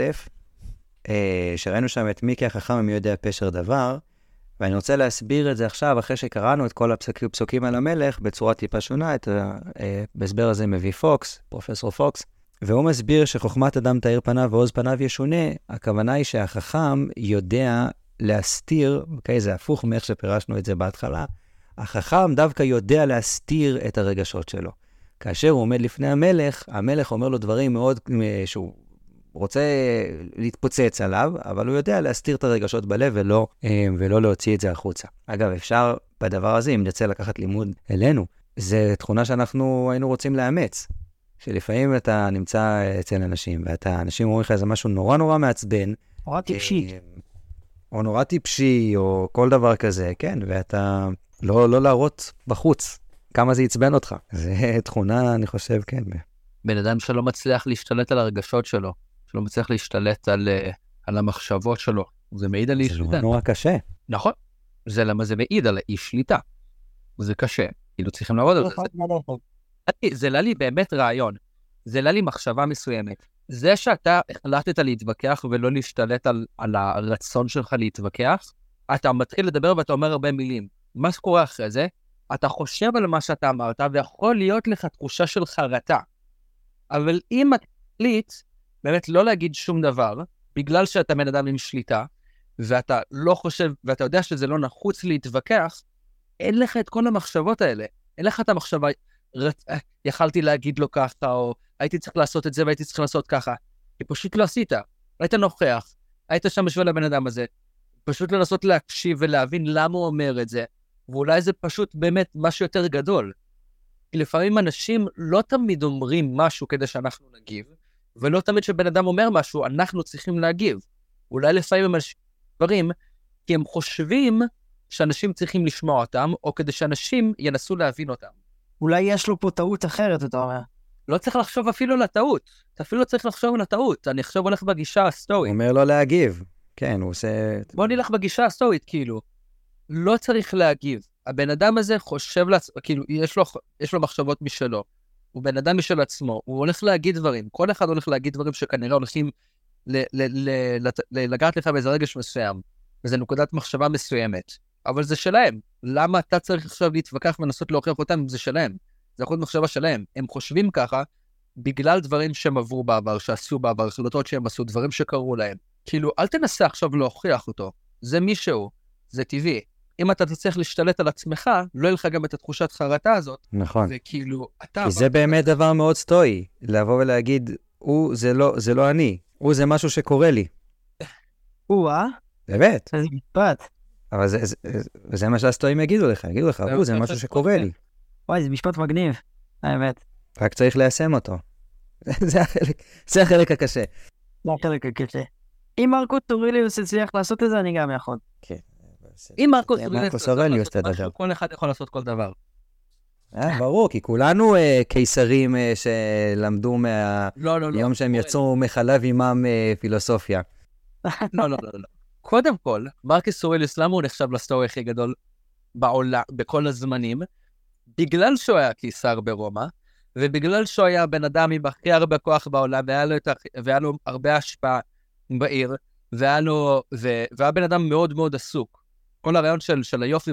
שראינו שם את מיקי החכם מי יודע פשר דבר, ואני רוצה להסביר את זה עכשיו, אחרי שקראנו את כל הפסוקים על המלך, בצורה טיפה שונה, בהסבר הזה מביא פוקס, פרופסור פוקס, והוא מסביר שחוכמת אדם תאיר פניו ועוז פניו ישונה, הכוונה היא שהחכם יודע להסתיר, אוקיי, זה הפוך מאיך שפירשנו את זה בהתחלה, החכם דווקא יודע להסתיר את הרגשות שלו. כאשר הוא עומד לפני המלך, המלך אומר לו דברים מאוד, שהוא רוצה להתפוצץ עליו, אבל הוא יודע להסתיר את הרגשות בלב ולא להוציא את זה החוצה. אגב, אפשר בדבר הזה, אם נרצה לקחת לימוד אלינו, זה תכונה שאנחנו היינו רוצים לאמץ. שלפעמים אתה נמצא אצל אנשים, אנשים אומרים לך איזה משהו נורא נורא מעצבן. נורא טיפשי. או נורא טיפשי, או כל דבר כזה, כן, ואתה לא להראות בחוץ כמה זה יצבן אותך. זה תכונה, אני חושב, כן. בן אדם שלא מצליח להשתלט על הרגשות שלו, שלא מצליח להשתלט על המחשבות שלו, זה מעיד על אי שליטה. זה נורא קשה. נכון, זה למה זה מעיד על אי שליטה. זה קשה, כאילו צריכים לעבוד על זה. זה לי באמת רעיון, זה לי מחשבה מסוימת. זה שאתה החלטת להתווכח ולא להשתלט על הרצון שלך להתווכח, אתה מתחיל לדבר ואתה אומר הרבה מילים. מה שקורה אחרי זה? אתה חושב על מה שאתה אמרת, ויכול להיות לך תחושה של חרטה. אבל אם אתה החליט באמת לא להגיד שום דבר, בגלל שאתה בן אדם עם שליטה, ואתה לא חושב, ואתה יודע שזה לא נחוץ להתווכח, אין לך את כל המחשבות האלה. אין לך את המחשבה, יכלתי להגיד לו ככה, או הייתי צריך לעשות את זה, והייתי צריך לעשות ככה. כי פשוט לא עשית. היית נוכח, היית שם בשביל הבן אדם הזה, פשוט לנסות להקשיב ולהבין למה הוא אומר את זה, ואולי זה פשוט באמת משהו יותר גדול. כי לפעמים אנשים לא תמיד אומרים משהו כדי שאנחנו נגיב, ולא תמיד שבן אדם אומר משהו, אנחנו צריכים להגיב. אולי לפעמים הם דברים, כי הם חושבים שאנשים צריכים לשמוע אותם, או כדי שאנשים ינסו להבין אותם. אולי יש לו פה טעות אחרת, אתה אומר. לא צריך לחשוב אפילו לטעות. אתה אפילו לא צריך לחשוב לטעות. אני עכשיו הולך בגישה הסטואית. הוא אומר לו להגיב. כן, הוא עושה... בוא נלך בגישה הסטואית, כאילו. לא צריך להגיב. הבן אדם הזה חושב, כאילו, יש לו מחשבות משלו. הוא בן אדם משל עצמו. הוא הולך להגיד דברים. כל אחד הולך להגיד דברים שכנראה הולכים לגעת לך באיזה רגש מסוים. וזה נקודת מחשבה מסוימת. אבל זה שלהם. למה אתה צריך עכשיו להתווכח ולנסות להוכיח אותם אם זה שלהם? זה יכול להיות מחשבה שלהם. הם חושבים ככה בגלל דברים שהם עברו בעבר, שעשו בעבר, החלטות שהם עשו, דברים שקרו להם. כאילו, אל תנסה עכשיו להוכיח אותו. זה מישהו. זה טבעי. אם אתה תצטרך להשתלט על עצמך, לא יהיה לך גם את התחושת חרטה הזאת. נכון. וכאילו, אתה... כי זה באמת דבר מאוד סטואי, לבוא ולהגיד, זה לא אני. זה משהו שקורה לי. באמת. זה משפט. אבל זה מה שהסטואים יגידו לך, זה משהו שקורה לי. וואי, זה משפט מגניב, האמת. רק צריך ליישם אותו. זה החלק הקשה. זה החלק הקשה. אם מרקוס אורליוס הצליח לעשות את זה, אני גם יכול. כן. אם מרקוס אורליוס תדבר. כל אחד יכול לעשות כל דבר. ברור, כי כולנו קיסרים שלמדו לא, לא, לא. מהיום שהם יצאו מחלב עמם פילוסופיה. לא, לא, לא, לא. קודם כל, מרקוס אורליוס, למה הוא נחשב לסטורי הכי גדול בעולם, בכל הזמנים? בגלל שהוא היה קיסר ברומא, ובגלל שהוא היה בן אדם עם הכי הרבה כוח בעולם, והיה לו הרבה השפעה בעיר, והיה בן אדם מאוד מאוד עסוק. כל הרעיון של היופי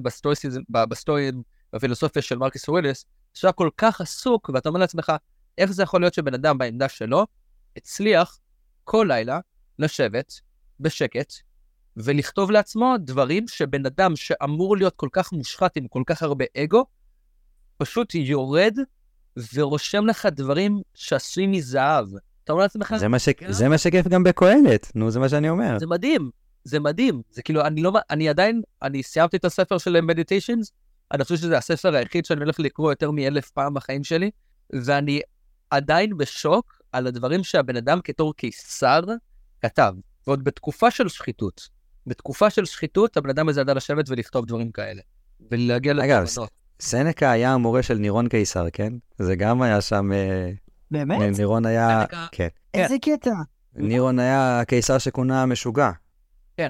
בפילוסופיה של מרקוס אורליוס, שהיה כל כך עסוק, ואתה אומר לעצמך, איך זה יכול להיות שבן אדם בעמדה שלו, הצליח כל לילה לשבת בשקט, ולכתוב לעצמו דברים שבן אדם שאמור להיות כל כך מושחת עם כל כך הרבה אגו, פשוט יורד ורושם לך דברים שעשויים מזהב. אתה אומר לעצמך... זה מה שכיף גם בקהלת, נו, זה מה שאני אומר. זה מדהים, זה מדהים. זה כאילו, אני סיימתי את הספר של Meditations, אני חושב שזה הספר היחיד שאני הולך לקרוא יותר מ1000 פעם בחיים שלי, ואני עדיין בשוק על הדברים שהבן אדם כתור קיסר כתב. ועוד בתקופה של שחיתות. בתקופה של שחיתות, הבן אדם הזה ידע לשבת ולכתוב דברים כאלה. ולהגיע לתובנות. אגב, סנקה היה המורה של נירון קיסר, כן? זה גם היה שם... באמת? נירון היה... כן. איזה קטע? נירון היה הקיסר שכונה משוגע. כן.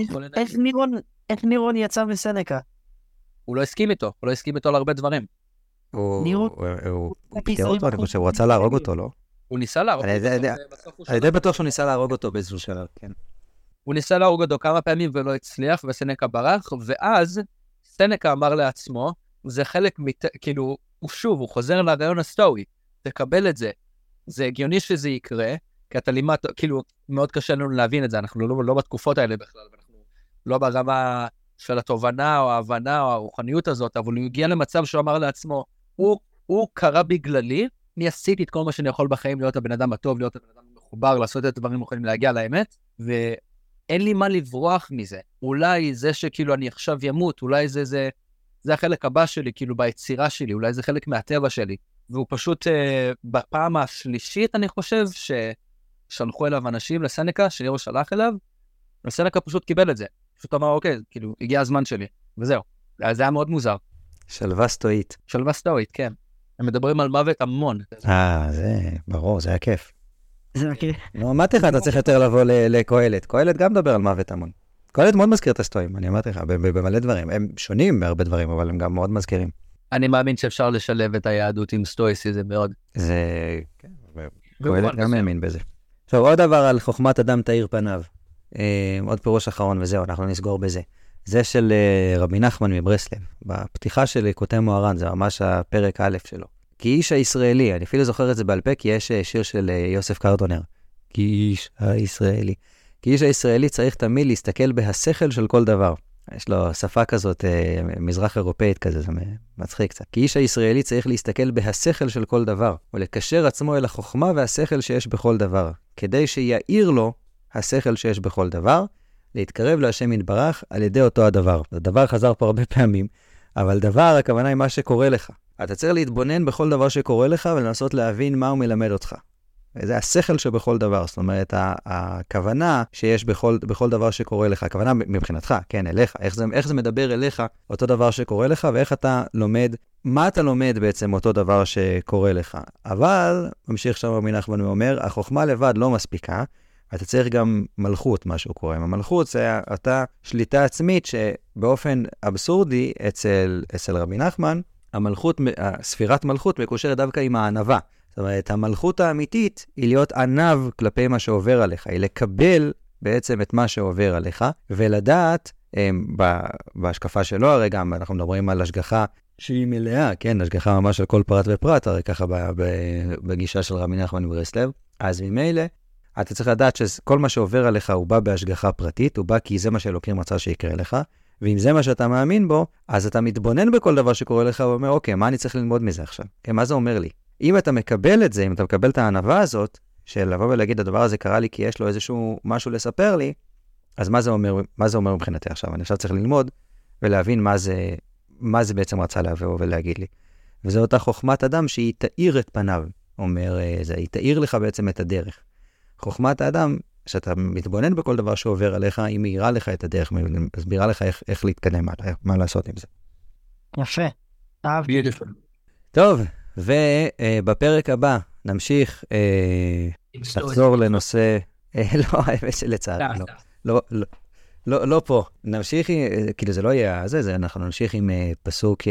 איך נירון יצא מסנקה? הוא לא הסכים איתו, על הרבה דברים. הוא פיתר אותו, אני חושב, הוא רצה להרוג אותו, לא? הוא ניסה להרוג אותו. אני די בטוח שהוא ניסה להרוג אותו באיזשהו שלב, כן. הוא ניסה להרוג אותו כמה פעמים ולא הצליח, וסנקה ברח, ואז סנקה אמר לעצמו, זה חלק, כאילו, הוא חוזר לרעיון הסטואי, תקבל את זה. זה הגיוני שזה יקרה, כי אתה לימד, כאילו, מאוד קשה לנו להבין את זה, אנחנו לא בתקופות האלה בכלל, אנחנו לא ברמה של התובנה או ההבנה או הרוחניות הזאת, אבל הוא הגיע למצב שהוא אמר לעצמו, הוא קרא בגללי, אני עשיתי את כל מה שאני יכול בחיים, להיות הבן אדם הטוב, להיות הבן אדם מחובר, לעשות את הדברים יכולים להגיע לאמת, ואין לי מה לברוח מזה. אולי זה שכאילו אני עכשיו ימות, אולי זה החלק הבא שלי, כאילו ביצירה שלי, אולי זה חלק מהטבע שלי. והוא פשוט, בפעם השלישית, אני חושב, ששלחו אליו אנשים לסנקה, שנירו שלח אליו, וסנקה פשוט קיבל את זה. פשוט אמר, אוקיי, כאילו, הגיע הזמן שלי, וזהו. זה היה מאוד מוזר. שלווה סטואית. שלווה סטואית, כן. הם מדברים על מוות המון. זה ברור, זה היה כיף. זה היה כיף. נו, אמרתי לך, אתה צריך יותר לבוא לקהלת. קהלת גם מדבר על מוות המון. קהלת מאוד מזכיר את הסטואים, אני אמרתי לך, במלא דברים. הם שונים בהרבה דברים, אבל הם גם מאוד מזכירים. אני מאמין שאפשר לשלב את היהדות עם סטואיסיזם מאוד. זה... קהלת גם מאמין בזה. עכשיו, עוד דבר על חוכמת אדם תאיר פניו. עוד פירוש אחרון וזהו, אנחנו נסגור בזה. זה של רבי נחמן מברסלב. בפתיחה של כותב מוהר"ן, זה ממש הפרק א' שלו. כי איש הישראלי, אני אפילו זוכר את זה בעל פה, כי יש שיר של יוסף קרטונר. כי איש הישראלי. כי איש הישראלי צריך תמיד להסתכל בהשכל של כל דבר. יש לו שפה כזאת, מזרח אירופאית כזה, זה מצחיק קצת. כי איש הישראלי צריך להסתכל בהשכל של כל דבר, ולקשר עצמו אל החוכמה והשכל שיש בכל דבר, כדי שיעיר לו השכל שיש בכל דבר, להתקרב להשם יתברך על ידי אותו הדבר. הדבר חזר פה הרבה פעמים, אבל דבר, הכוונה היא מה שקורה לך. אתה צריך להתבונן בכל דבר שקורה לך, ולנסות להבין מה הוא מלמד אותך. זה השכל שבכל דבר, זאת אומרת, הכוונה שיש בכל דבר שקורה לך, הכוונה מבחינתך, כן, אליך, איך זה מדבר אליך, אותו דבר שקורה לך, ואיך אתה לומד, מה אתה לומד בעצם אותו דבר שקורה לך. אבל, ממשיך שם רבי נחמן ואומר, החוכמה לבד לא מספיקה, אתה צריך גם מלכות, משהו קורה. המלכות זה אותה שליטה עצמית שבאופן אבסורדי אצל רבי נחמן, ספירת מלכות מקושרת דווקא עם הענווה. זאת אומרת, המלכות האמיתית היא להיות ענב כלפי מה שעובר עליך, היא לקבל בעצם את מה שעובר עליך, ולדעת, בהשקפה שלו הרי גם, אנחנו מדברים על השגחה שהיא מלאה, כן, השגחה ממש על כל פרט ופרט, הרי ככה בגישה של רבי נחמן מברסלב, אז ממילא, אתה צריך לדעת שכל מה שעובר עליך הוא בא בהשגחה פרטית, הוא בא כי זה מה שאלוקים רצה שיקרה לך, ואם זה מה שאתה מאמין בו, אז אתה מתבונן בכל דבר שקורה לך, ואומר, אוקיי, מה אני צריך ללמוד מזה עכשיו? כן, מה זה אומר לי? אם אתה מקבל את זה, אם אתה מקבל את הענווה הזאת, של לבוא ולהגיד, הדבר הזה קרה לי כי יש לו איזשהו משהו לספר לי, אז מה זה אומר מבחינתי עכשיו? אני עכשיו צריך ללמוד ולהבין מה זה בעצם רצה להבוא ולהגיד לי. וזו אותה חוכמת אדם שהיא תאיר את פניו, אומר זה, היא תאיר לך בעצם את הדרך. חוכמת האדם, שאתה מתבונן בכל דבר שעובר עליך, היא מאירה לך את הדרך, מסבירה לך איך להתקדם, מה לעשות עם זה. יפה, אהבתי. טוב, ובפרק הבא נמשיך לחזור לנושא... לא, האמת שלצערי, לא פה. נמשיך, כאילו זה לא יהיה זה, אנחנו נמשיך עם פסוק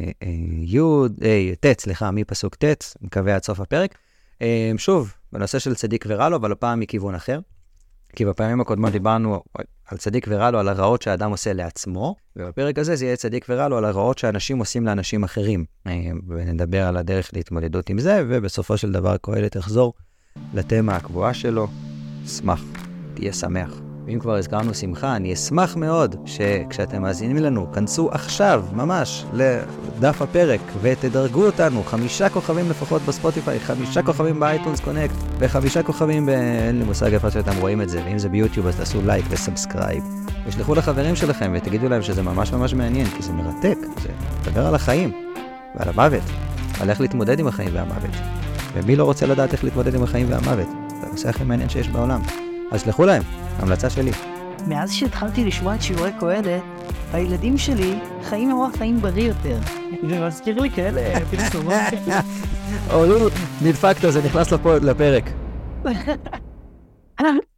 מפסוק ט', מקווה עד סוף הפרק. שוב, בנושא של צדיק ורע לו, אבל הפעם מכיוון אחר. כי בפעמים הקודמות דיברנו על צדיק ורע לו, על הרעות שהאדם עושה לעצמו, ובפרק הזה זה יהיה צדיק ורע לו על הרעות שאנשים עושים לאנשים אחרים. ונדבר על הדרך להתמודדות עם זה, ובסופו של דבר קהלת יחזור לתמה הקבועה שלו. שמח, תהיה שמח. ואם כבר הזכרנו שמחה, אני אשמח מאוד שכשאתם מאזינים לנו, כנסו עכשיו, ממש, לדף הפרק, ותדרגו אותנו 5 כוכבים לפחות בספוטיפיי, 5 כוכבים באייטונס קונקט, ו5 כוכבים אין לי מושג איפה שאתם רואים את זה, ואם זה ביוטיוב אז תעשו לייק וסאבסקרייב. ושלחו לחברים שלכם ותגידו להם שזה ממש ממש מעניין, כי זה מרתק, זה מדבר על החיים ועל המוות, על איך להתמודד עם החיים והמוות. ומי לא רוצה לדעת איך להתמודד עם החיים והמוות? זה הנושא הכי מעניין שיש בעולם. אז שלחו להם, המלצה שלי. מאז שהתחלתי לשמוע את שיעורי קהלת, הילדים שלי חיים אורח חיים בריא יותר. זה מזכיר לי כאלה פרסומות. נדפקת, זה נכנס לפרק.